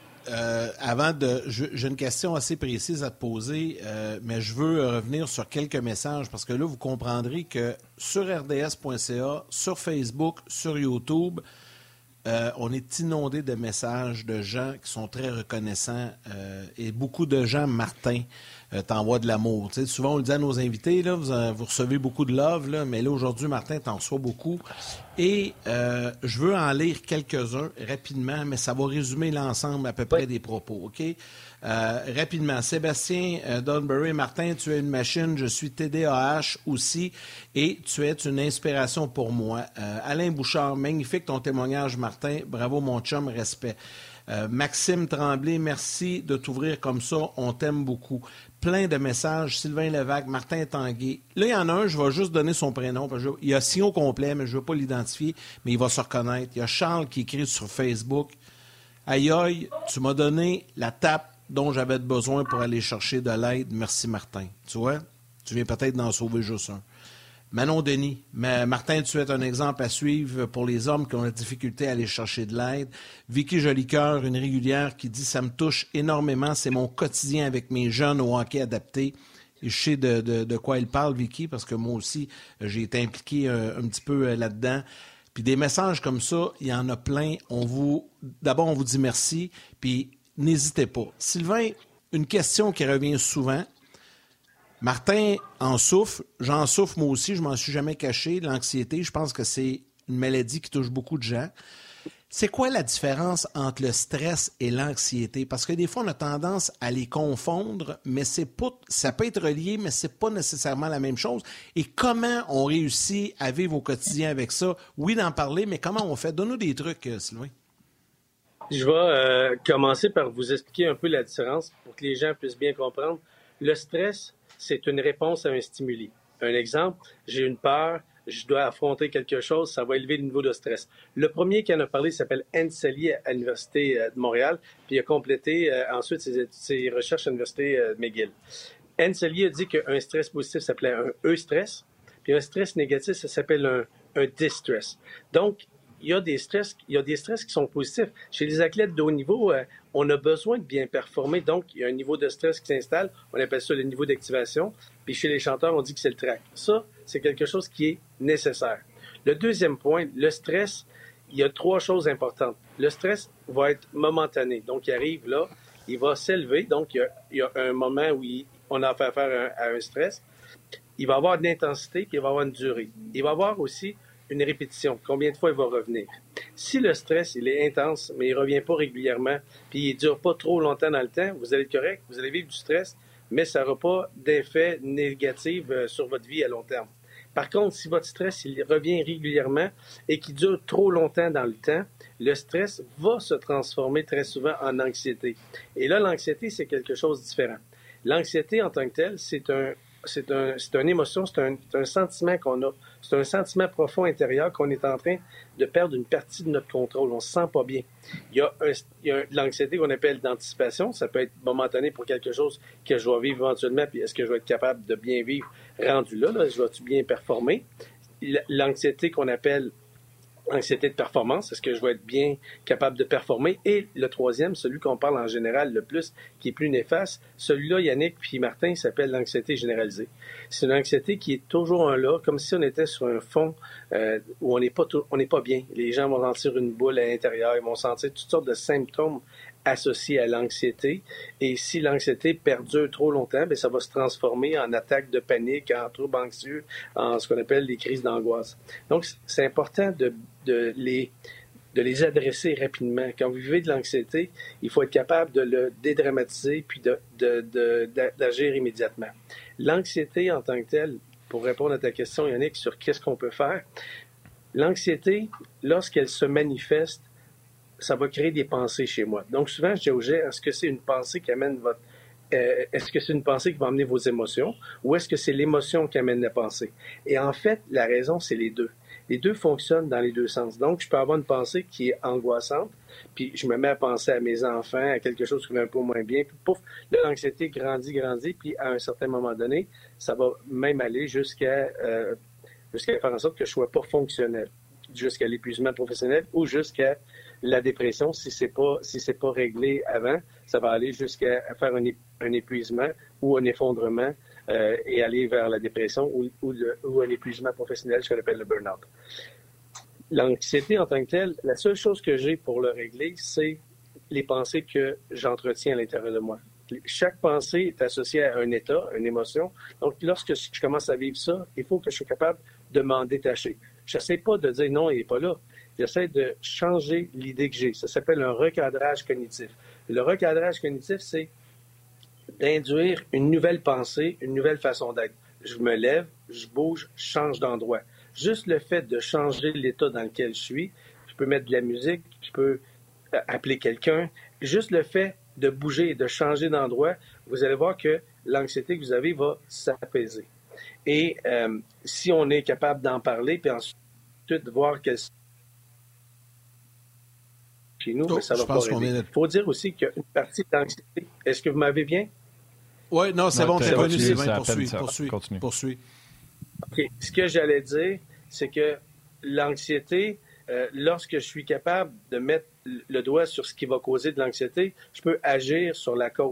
j'ai une question assez précise à te poser, mais je veux revenir sur quelques messages parce que là, vous comprendrez que sur rds.ca, sur Facebook, sur YouTube, on est inondé de messages de gens qui sont très reconnaissants et beaucoup de gens, Martin, t'envoie de l'amour. Tu sais, souvent, on le dit à nos invités, là, vous recevez beaucoup de love, là, mais là, aujourd'hui, Martin, t'en reçois beaucoup. Et je veux en lire quelques-uns rapidement, mais ça va résumer l'ensemble à peu près des propos, OK? Rapidement, Sébastien Dunbury, Martin, tu es une machine, je suis TDAH aussi, et tu es une inspiration pour moi. Alain Bouchard, magnifique ton témoignage, Martin. Bravo, mon chum, respect. Maxime Tremblay, merci de t'ouvrir comme ça, on t'aime beaucoup. Plein de messages, Sylvain Levac, Martin Tanguay. Là, il y en a un, je vais juste donner son prénom. Il y a Sion complet, mais je ne veux pas l'identifier, mais il va se reconnaître. Il y a Charles qui écrit sur Facebook. Aïe, aïe, tu m'as donné la tape dont j'avais besoin pour aller chercher de l'aide. Merci, Martin. Tu vois, tu viens peut-être d'en sauver juste un. Manon Denis, mais Martin, tu es un exemple à suivre pour les hommes qui ont la difficulté à aller chercher de l'aide. Vicky Jolicoeur, une régulière qui dit « Ça me touche énormément, c'est mon quotidien avec mes jeunes au hockey adapté. je sais de quoi il parle, Vicky, parce que moi aussi, j'ai été impliqué un petit peu là-dedans. Puis des messages comme ça, il y en a plein. D'abord, on vous dit merci, puis n'hésitez pas. Sylvain, une question qui revient souvent. Martin en souffre, j'en souffre moi aussi, je m'en suis jamais caché. L'anxiété, je pense que c'est une maladie qui touche beaucoup de gens. C'est quoi la différence entre le stress et l'anxiété? Parce que des fois, on a tendance à les confondre, mais ça peut être relié, mais c'est pas nécessairement la même chose. Et comment on réussit à vivre au quotidien avec ça? Oui, d'en parler, mais comment on fait? Donne-nous des trucs, Sylvain. Je vais commencer par vous expliquer un peu la différence pour que les gens puissent bien comprendre. Le stress, c'est une réponse à un stimuli. Un exemple, j'ai une peur, je dois affronter quelque chose, ça va élever le niveau de stress. Le premier qui en a parlé s'appelle Anseli à l'Université de Montréal, puis il a complété ensuite ses recherches à l'Université de McGill. Anseli a dit qu'un stress positif s'appelait un eustress, puis un stress négatif, ça s'appelle un distress. Donc, il y a des stress qui sont positifs. Chez les athlètes de haut niveau, on a besoin de bien performer, donc il y a un niveau de stress qui s'installe, on appelle ça le niveau d'activation, puis chez les chanteurs, on dit que c'est le trac. Ça, c'est quelque chose qui est nécessaire. Le deuxième point, le stress, il y a 3 choses importantes. Le stress va être momentané, donc il arrive là, il va s'élever, donc il y a un moment où on a affaire à un stress, il va avoir de l'intensité, puis il va avoir une durée. Il va avoir aussi une répétition. Combien de fois il va revenir? Si le stress, il est intense, mais il ne revient pas régulièrement, puis il ne dure pas trop longtemps dans le temps, vous allez être correct, vous allez vivre du stress, mais ça n'aura pas d'effet négatif sur votre vie à long terme. Par contre, si votre stress, il revient régulièrement et qu'il dure trop longtemps dans le temps, le stress va se transformer très souvent en anxiété. Et là, l'anxiété, c'est quelque chose de différent. L'anxiété, en tant que telle, c'est une émotion, c'est un sentiment qu'on a. C'est un sentiment profond intérieur qu'on est en train de perdre une partie de notre contrôle. On ne se sent pas bien. Il y a l'anxiété qu'on appelle d'anticipation. Ça peut être momentané pour quelque chose que je vais vivre éventuellement, puis est-ce que je vais être capable de bien vivre rendu là? Je vais-tu bien performer? L'anxiété qu'on appelle anxiété de performance, est-ce que je vais être bien capable de performer? Et le troisième, celui qu'on parle en général le plus, qui est plus néfaste, celui-là, Yannick puis Martin, s'appelle l'anxiété généralisée. C'est une anxiété qui est toujours là, comme si on était sur un fond où on n'est pas bien. Les gens vont sentir une boule à l'intérieur, ils vont sentir toutes sortes de symptômes associés à l'anxiété. Et si l'anxiété perdure trop longtemps, bien, ça va se transformer en attaque de panique, en troubles anxieux, en ce qu'on appelle les crises d'angoisse. Donc, c'est important de les adresser rapidement. Quand vous vivez de l'anxiété, il faut être capable de le dédramatiser puis d'agir immédiatement. L'anxiété en tant que telle, pour répondre à ta question, Yannick, sur qu'est-ce qu'on peut faire, l'anxiété, lorsqu'elle se manifeste, ça va créer des pensées chez moi. Donc, souvent, je dis aux gens, est-ce que c'est une pensée qui amène est-ce que c'est une pensée qui va amener vos émotions ou est-ce que c'est l'émotion qui amène la pensée? Et en fait, la raison, c'est les deux. Les deux fonctionnent dans les deux sens. Donc, je peux avoir une pensée qui est angoissante, puis je me mets à penser à mes enfants, à quelque chose qui va un peu moins bien, puis pouf, là, l'anxiété grandit, puis à un certain moment donné, ça va même aller jusqu'à faire en sorte que je ne sois pas fonctionnel, jusqu'à l'épuisement professionnel ou jusqu'à la dépression, si c'est pas réglé avant, ça va aller jusqu'à faire un épuisement ou un effondrement et aller vers la dépression ou un épuisement professionnel, ce qu'on appelle le burn-out. L'anxiété en tant que telle, la seule chose que j'ai pour le régler, c'est les pensées que j'entretiens à l'intérieur de moi. Chaque pensée est associée à un état, une émotion. Donc, lorsque je commence à vivre ça, il faut que je sois capable de m'en détacher. Je n'essaie pas de dire non, il n'est pas là. J'essaie de changer l'idée que j'ai. Ça s'appelle un recadrage cognitif. Le recadrage cognitif, c'est d'induire une nouvelle pensée, une nouvelle façon d'être. Je me lève, je bouge, je change d'endroit. Juste le fait de changer l'état dans lequel je suis, je peux mettre de la musique, je peux appeler quelqu'un. Juste le fait de bouger et de changer d'endroit, vous allez voir que l'anxiété que vous avez va s'apaiser. Et si on est capable d'en parler, puis ensuite de voir quelles chez nous, ça va pas régler. Il faut dire aussi qu'il y a une partie de l'anxiété. Est-ce que vous m'avez bien? Oui, non, c'est bon, t'es revenu, Sylvain. Poursuis. OK. Ce que j'allais dire, c'est que l'anxiété, lorsque je suis capable de mettre le doigt sur ce qui va causer de l'anxiété, je peux agir sur la cause.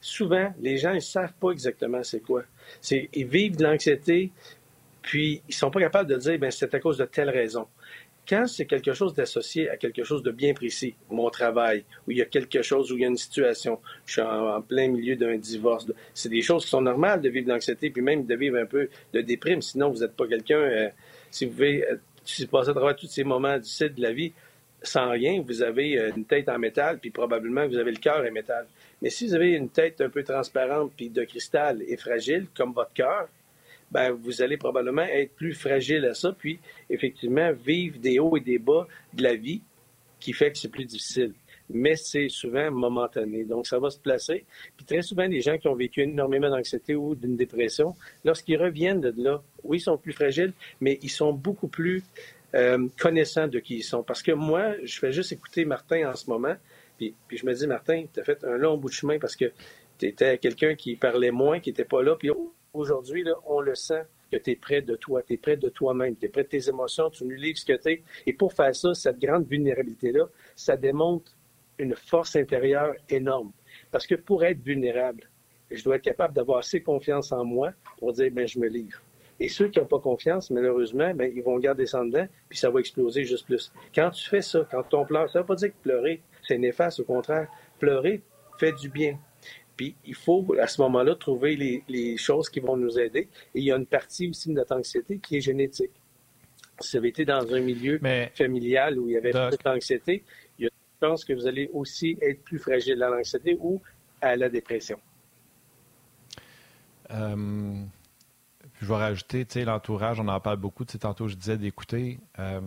souvent, les gens, ils ne savent pas exactement c'est quoi. Ils vivent de l'anxiété, puis ils ne sont pas capables de dire, c'est à cause de telle raison. Quand c'est quelque chose d'associé à quelque chose de bien précis, mon travail, où il y a quelque chose, où il y a une situation, je suis en plein milieu d'un divorce, c'est des choses qui sont normales de vivre de l'anxiété, puis même de vivre un peu de déprime, sinon vous n'êtes pas quelqu'un, si vous pouvez passer à travers tous ces moments difficiles de la vie, sans rien, vous avez une tête en métal, puis probablement vous avez le cœur en métal. Mais si vous avez une tête un peu transparente, puis de cristal et fragile, comme votre cœur, vous allez probablement être plus fragile à ça, puis effectivement vivre des hauts et des bas de la vie qui fait que c'est plus difficile. Mais c'est souvent momentané. Donc, ça va se placer. Puis très souvent, les gens qui ont vécu énormément d'anxiété ou d'une dépression, lorsqu'ils reviennent de là, oui, ils sont plus fragiles, mais ils sont beaucoup plus connaissants de qui ils sont. Parce que moi, je fais juste écouter Martin en ce moment, puis je me dis, Martin, tu as fait un long bout de chemin parce que tu étais quelqu'un qui parlait moins, qui n'était pas là, puis aujourd'hui, là, on le sent que tu es près de toi, tu es près de toi-même, tu es près de tes émotions, tu nous livres ce que tu es. Et pour faire ça, cette grande vulnérabilité-là, ça démontre une force intérieure énorme. Parce que pour être vulnérable, je dois être capable d'avoir assez confiance en moi pour dire, je me livre. Et ceux qui n'ont pas confiance, malheureusement, ils vont garder ça en dedans, puis ça va exploser juste plus. Quand tu fais ça, quand on pleure, ça ne veut pas dire que pleurer, c'est néfaste, au contraire. Pleurer fait du bien. Puis il faut, à ce moment-là, trouver les choses qui vont nous aider. Et il y a une partie aussi de notre anxiété qui est génétique. Si vous avez été dans un milieu familial où il y avait plus d'anxiété, il y a une chance que vous allez aussi être plus fragile à l'anxiété ou à la dépression. Je vais rajouter, l'entourage, on en parle beaucoup. Tantôt, je disais d'écouter.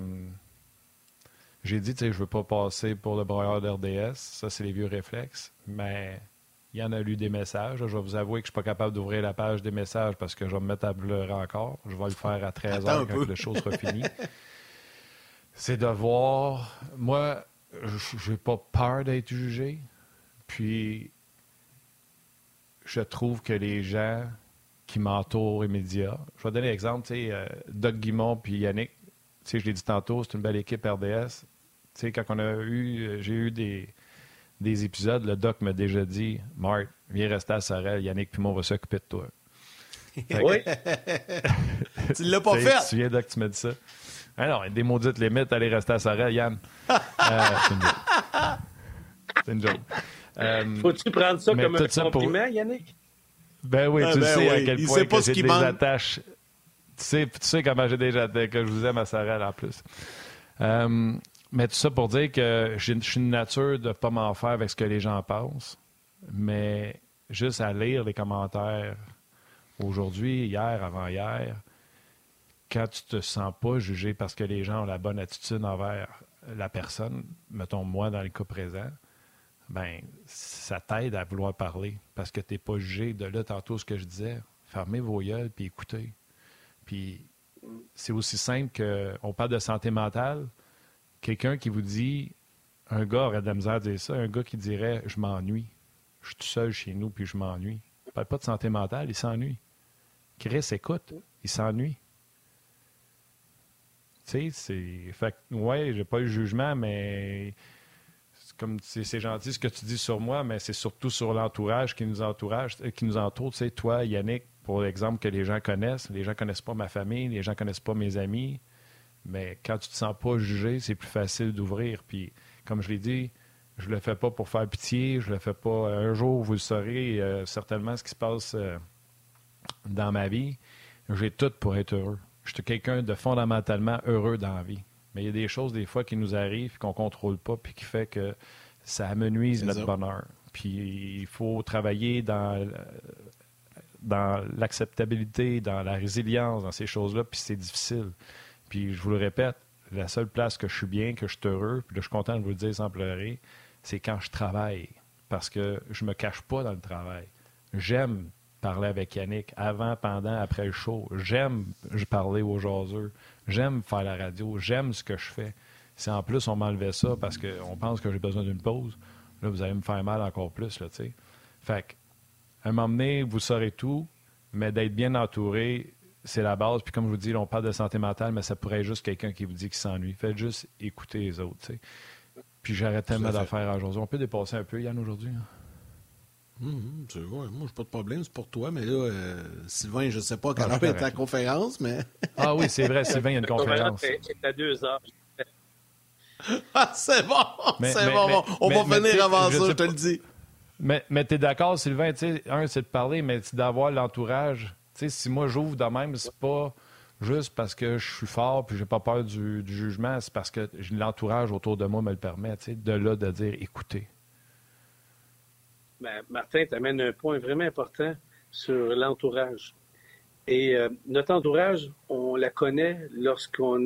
J'ai dit, je ne veux pas passer pour le broyeur d'RDS. Ça, c'est les vieux réflexes. Mais il y en a lu des messages. Je vais vous avouer que je ne suis pas capable d'ouvrir la page des messages parce que je vais me mettre à pleurer encore. Je vais le faire à 13h quand le show sera fini. C'est de voir... Moi, je n'ai pas peur d'être jugé. Puis, je trouve que les gens qui m'entourent immédiats... Je vais donner l'exemple, Doug Guimond puis Yannick. Je l'ai dit tantôt, c'est une belle équipe RDS. Quand j'ai eu des épisodes, le doc m'a déjà dit « Marc, viens rester à Sorel, Yannick puis moi, on va s'occuper de toi. » Oui. Tu ne l'as pas fait. Tu te souviens, Doc, tu m'as dit ça? Ah non, des maudites limites, aller rester à Sorel, Yann. C'est une joke. Faut-tu prendre ça comme un compliment, Yannick? Ben oui, tu sais à quel point que j'ai des attaches. Tu sais comment j'ai déjà que je vous aime à Sorel en plus. Mais tout ça pour dire que je suis une nature de ne pas m'en faire avec ce que les gens pensent, mais juste à lire les commentaires aujourd'hui, hier, avant-hier, quand tu te sens pas jugé parce que les gens ont la bonne attitude envers la personne, mettons moi dans le cas présent, ça t'aide à vouloir parler parce que tu n'es pas jugé. De là, tantôt, ce que je disais, fermez vos gueules puis écoutez. Puis c'est aussi simple qu'on parle de santé mentale. Quelqu'un qui vous dit, un gars aurait de la misère à dire ça, un gars qui dirait « je m'ennuie, je suis tout seul chez nous puis je m'ennuie ». Il ne parle pas de santé mentale, il s'ennuie. Chris, écoute, il s'ennuie. Tu sais, Fait que, ouais, j'ai pas eu de jugement, mais c'est gentil ce que tu dis sur moi, mais c'est surtout sur l'entourage qui nous entoure. Tu sais, toi, Yannick, pour l'exemple que les gens connaissent pas ma famille, les gens connaissent pas mes amis. Mais quand tu te sens pas jugé, c'est plus facile d'ouvrir. Puis, comme je l'ai dit, je le fais pas pour faire pitié, je le fais pas. Un jour, vous le saurez certainement ce qui se passe dans ma vie. J'ai tout pour être heureux. Je suis quelqu'un de fondamentalement heureux dans la vie. Mais il y a des choses, des fois, qui nous arrivent, qu'on contrôle pas, puis qui fait que ça amenuise notre bonheur. Puis, il faut travailler dans l'acceptabilité, dans la résilience, dans ces choses-là, puis c'est difficile. Puis je vous le répète, la seule place que je suis bien, que je suis heureux, puis là, je suis content de vous le dire sans pleurer, c'est quand je travaille. Parce que je me cache pas dans le travail. J'aime parler avec Yannick avant, pendant, après le show. J'aime parler aux jaseux. J'aime faire la radio. J'aime ce que je fais. Si en plus on m'enlevait ça parce qu'on pense que j'ai besoin d'une pause, là, vous allez me faire mal encore plus, là, tu sais. Fait qu'à un moment donné, vous saurez tout, mais d'être bien entouré, c'est la base. Puis comme je vous dis, là, on parle de santé mentale, mais ça pourrait être juste quelqu'un qui vous dit qu'il s'ennuie. Faites juste écouter les autres, tu sais. Puis j'arrête tellement d'en faire aujourd'hui. On peut dépasser un peu, Yann, aujourd'hui? Hein? C'est vrai, moi, j'ai pas de problème, c'est pour toi, mais là, Sylvain, je ne sais pas quand on est en conférence, mais... Ah oui, c'est vrai, Sylvain, il y a une conférence. C'est à 2 heures. Ah, c'est bon, on va finir avant ça, je te le dis. Mais tu es d'accord, Sylvain, tu sais, c'est de parler, mais c'est d'avoir l'entourage. Tu sais, si moi, j'ouvre de même, c'est pas juste parce que je suis fort puis j'ai pas peur du jugement, c'est parce que l'entourage autour de moi me le permet, tu sais, de dire, écoutez. Ben, Martin, tu amènes un point vraiment important sur l'entourage. Et notre entourage, on la connaît lorsqu'on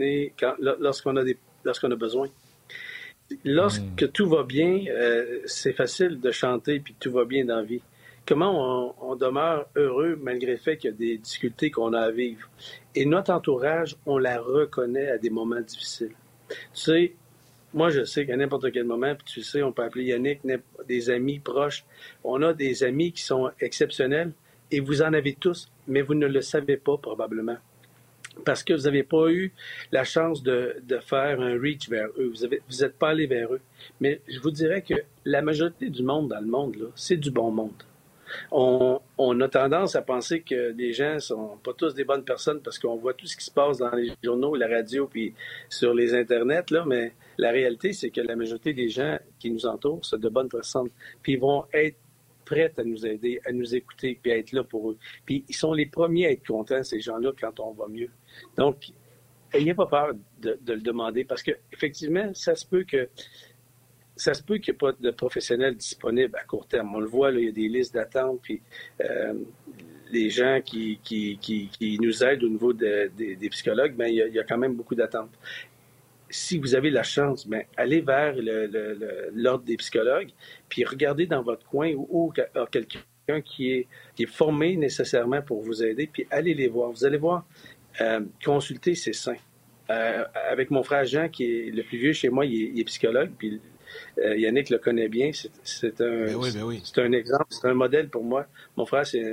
a besoin. Lorsque tout va bien, c'est facile de chanter puis tout va bien dans la vie. Comment on demeure heureux malgré le fait qu'il y a des difficultés qu'on a à vivre. Et notre entourage, on la reconnaît à des moments difficiles. Tu sais, moi, je sais qu'à n'importe quel moment, puis tu sais, on peut appeler Yannick, des amis proches. On a des amis qui sont exceptionnels et vous en avez tous, mais vous ne le savez pas probablement. Parce que vous n'avez pas eu la chance de faire un reach vers eux. Vous n'êtes pas allé vers eux. Mais je vous dirais que la majorité du monde dans le monde, là, c'est du bon monde. On a tendance à penser que les gens sont pas tous des bonnes personnes parce qu'on voit tout ce qui se passe dans les journaux, la radio, puis sur les internets, là, mais la réalité, c'est que la majorité des gens qui nous entourent sont de bonnes personnes. Puis ils vont être prêts à nous aider, à nous écouter, puis à être là pour eux. Puis ils sont les premiers à être contents, ces gens-là, quand on va mieux. Donc, n'ayez pas peur de le demander parce qu'effectivement, ça se peut qu'il n'y ait pas de professionnels disponibles à court terme. On le voit, là, il y a des listes d'attente, puis les gens qui nous aident au niveau des psychologues, bien, il y a quand même beaucoup d'attentes. Si vous avez la chance, bien, allez vers l'ordre des psychologues, puis regardez dans votre coin où quelqu'un qui est formé nécessairement pour vous aider, puis allez les voir. Vous allez voir, consulter, c'est sain. Avec mon frère Jean, qui est le plus vieux chez moi, il est psychologue, puis Yannick le connaît bien. C'est un exemple, c'est un modèle pour moi. Mon frère, c'est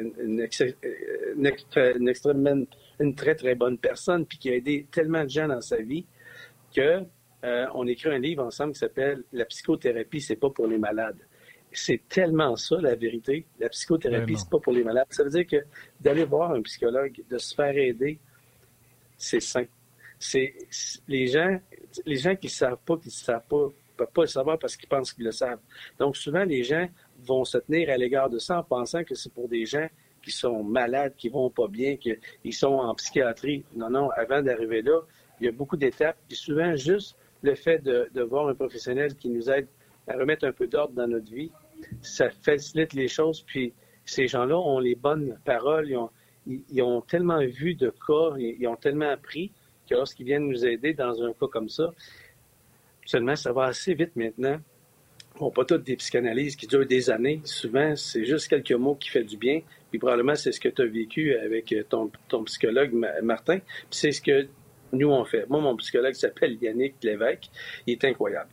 une très, très bonne personne, puis qui a aidé tellement de gens dans sa vie que on écrit un livre ensemble qui s'appelle « La psychothérapie, c'est pas pour les malades ». C'est tellement ça, la vérité. La psychothérapie, c'est pas pour les malades. Ça veut dire que d'aller voir un psychologue, de se faire aider, c'est sain. C'est les gens qui ne savent pas, peuvent pas le savoir parce qu'ils pensent qu'ils le savent. Donc, souvent, les gens vont se tenir à l'égard de ça en pensant que c'est pour des gens qui sont malades, qui vont pas bien, qu'ils sont en psychiatrie. Non, avant d'arriver là, il y a beaucoup d'étapes. Puis souvent, juste le fait de voir un professionnel qui nous aide à remettre un peu d'ordre dans notre vie, ça facilite les choses. Puis ces gens-là ont les bonnes paroles, ils ont tellement vu de cas, ils ont tellement appris que lorsqu'ils viennent nous aider dans un cas comme ça, seulement ça va assez vite maintenant. On n'a pas toutes des psychanalyses qui durent des années. Souvent, c'est juste quelques mots qui font du bien. Puis probablement, c'est ce que tu as vécu avec ton psychologue, Martin. Puis c'est ce que nous, on fait. Moi, mon psychologue s'appelle Yannick Lévesque. Il est incroyable.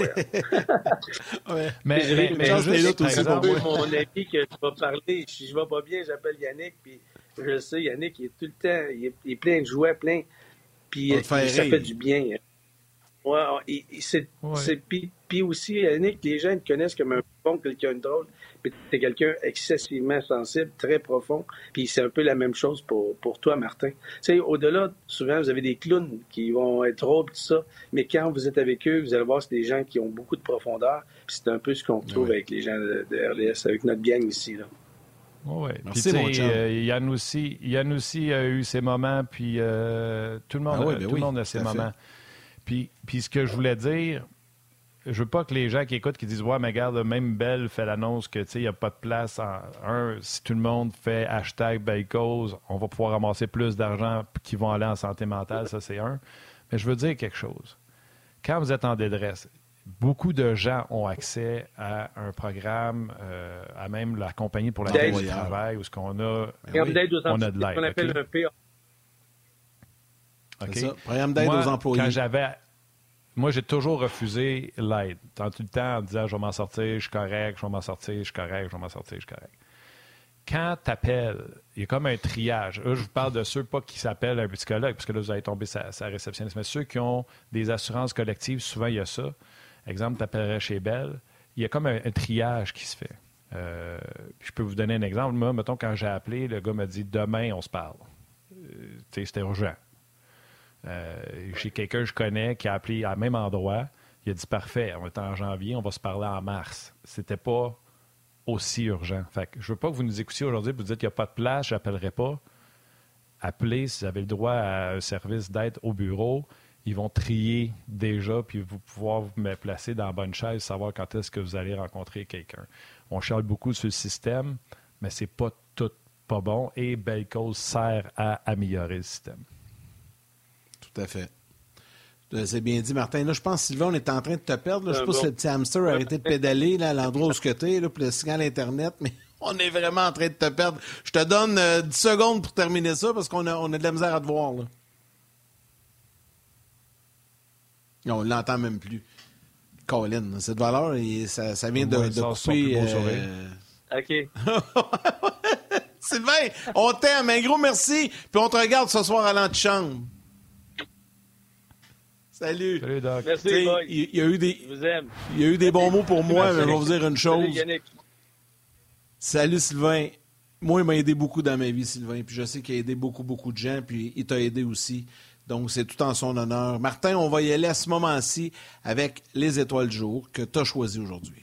Ouais. Mais juste, par exemple, mon ami que je vais parler, si je ne vais pas bien, j'appelle Yannick. Puis je sais, Yannick, il est tout le temps, il est plein de joie, plein. Puis ça fait du bien. Ouais, puis aussi, Yannick, les gens te connaissent comme un bon quelqu'un de drôle, puis t'es quelqu'un excessivement sensible, très profond, puis c'est un peu la même chose pour toi, Martin. Tu sais, au-delà, souvent, vous avez des clowns qui vont être drôles, tout ça, mais quand vous êtes avec eux, vous allez voir, c'est des gens qui ont beaucoup de profondeur, puis c'est un peu ce qu'on retrouve avec les gens de RDS, avec notre gang ici, là. Oui, puis tu sais, Yann aussi a eu ses moments, puis tout le monde a ses moments. Puis ce que je voulais dire, je veux pas que les gens qui écoutent qui disent « Ouais, mais regarde, même Bell fait l'annonce que, tu sais, il n'y a pas de place. Si tout le monde fait #BellCause, on va pouvoir ramasser plus d'argent qui vont aller en santé mentale, ça c'est un. Mais je veux dire quelque chose. Quand vous êtes en détresse, beaucoup de gens ont accès à un programme, à même la compagnie pour la vie du travail, où ce qu'on a, on a de l'aide. On appelle un PA. Okay. C'est ça, programme d'aide aux employés. Moi, j'ai toujours refusé l'aide. Tout le temps en disant « Je vais m'en sortir, je suis correct, je vais m'en sortir, je suis correct, je vais m'en sortir, je suis correct. » Quand tu appelles, il y a comme un triage. Là, je vous parle de ceux pas qui s'appellent un psychologue, parce que là, vous allez tomber sa réceptionniste. Mais ceux qui ont des assurances collectives, souvent, il y a ça. Exemple, tu appellerais chez Bell. Il y a comme un triage qui se fait. Je peux vous donner un exemple. Moi, mettons, quand j'ai appelé, le gars m'a dit « Demain, on se parle. » C'était urgent. J'ai quelqu'un que je connais qui a appelé à même endroit. Il a dit « Parfait, on est en janvier, on va se parler en mars. » C'était pas aussi urgent. Fait que je veux pas que vous nous écoutiez aujourd'hui et vous dites qu'il n'y a pas de place, je n'appellerai pas. Appelez si vous avez le droit à un service d'aide au bureau. Ils vont trier déjà, puis vous pouvoir vous me placer dans la bonne chaise, savoir quand est-ce que vous allez rencontrer quelqu'un. On chiale beaucoup sur le système, mais c'est pas tout pas bon, et Belle Cause sert à améliorer le système. Tout à fait. C'est bien dit, Martin. Là, je pense, Sylvain, on est en train de te perdre. Là. Je sais pas si le petit hamster a arrêté de pédaler là, à l'endroit où tu es, là, pour le signal Internet, mais on est vraiment en train de te perdre. Je te donne 10 secondes pour terminer ça parce qu'on a de la misère à te voir. Là. On ne l'entend même plus. Colin, cette valeur, ça vient de couper. OK. Sylvain, on t'aime. Un gros merci. Puis on te regarde ce soir à l'antichambre. Salut. Salut, Doc. Merci, boy. Il y a eu des, Je vous aime. il y a eu des bons mots pour moi, mais je vais vous dire une chose. Salut, Yannick. Salut, Sylvain. Moi, il m'a aidé beaucoup dans ma vie, Sylvain. Puis je sais qu'il a aidé beaucoup, beaucoup de gens. Puis il t'a aidé aussi. Donc, c'est tout en son honneur. Martin, on va y aller à ce moment-ci avec les étoiles du jour que tu as choisies aujourd'hui.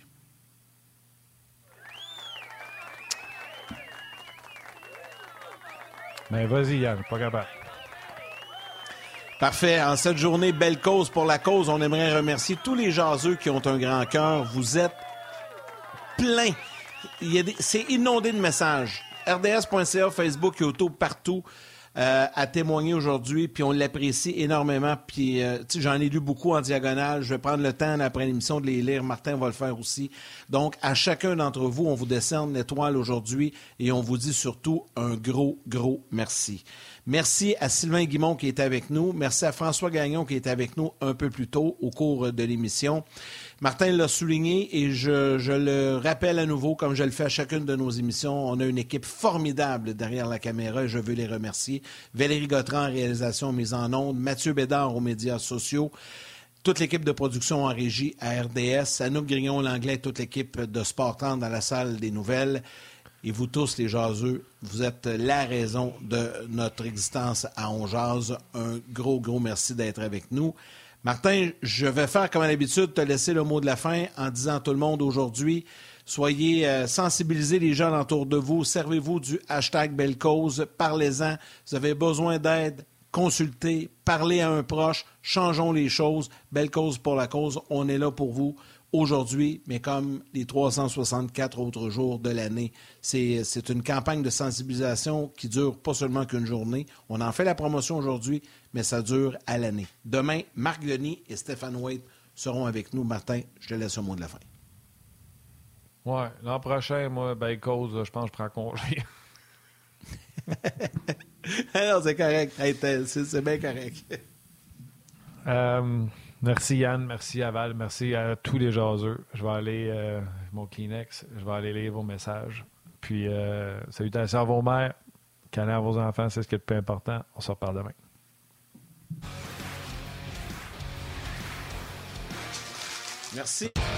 Mais vas-y, Yann, pas capable. Parfait. En cette journée, Belle Cause pour la cause, on aimerait remercier tous les jaseux qui ont un grand cœur. Vous êtes plein. C'est inondé de messages. RDS.ca, Facebook, YouTube, partout. À témoigner aujourd'hui, puis on l'apprécie énormément. Puis, j'en ai lu beaucoup en diagonale. Je vais prendre le temps après l'émission de les lire. Martin va le faire aussi. Donc, à chacun d'entre vous, on vous décerne l'étoile aujourd'hui et on vous dit surtout un gros, gros merci. Merci à Sylvain Guimond qui était avec nous. Merci à François Gagnon qui était avec nous un peu plus tôt au cours de l'émission. Martin l'a souligné et je le rappelle à nouveau, comme je le fais à chacune de nos émissions, on a une équipe formidable derrière la caméra et je veux les remercier. Valérie Gautran en réalisation mise en ondes, Mathieu Bédard aux médias sociaux, toute l'équipe de production en régie à RDS, Anouk Grignon-Langlais et toute l'équipe de Sport 30 dans la salle des nouvelles. Et vous tous, les jaseux, vous êtes la raison de notre existence à On Jase. Un gros, gros merci d'être avec nous. Martin, je vais faire comme à l'habitude, te laisser le mot de la fin en disant à tout le monde aujourd'hui, soyez sensibilisés les gens autour de vous, servez-vous du hashtag Belle Cause, parlez-en, vous avez besoin d'aide, consultez, parlez à un proche, changeons les choses, Belle Cause pour la cause, on est là pour vous aujourd'hui, mais comme les 364 autres jours de l'année. C'est une campagne de sensibilisation qui dure pas seulement qu'une journée. On en fait la promotion aujourd'hui, mais ça dure à l'année. Demain, Marc Denis et Stéphane Waite seront avec nous. Martin, je te laisse le mot de la fin. Ouais, l'an prochain, moi, Belle Cause, je pense que je prends congé. Non, c'est correct. Hey, c'est bien correct. Merci Yann, merci Aval, merci à tous les jaseux. Je vais aller, mon Kleenex, je vais aller lire vos messages. Puis, salutations à vos mères, câlins à vos enfants, c'est ce qui est le plus important. On se reparle demain. Merci.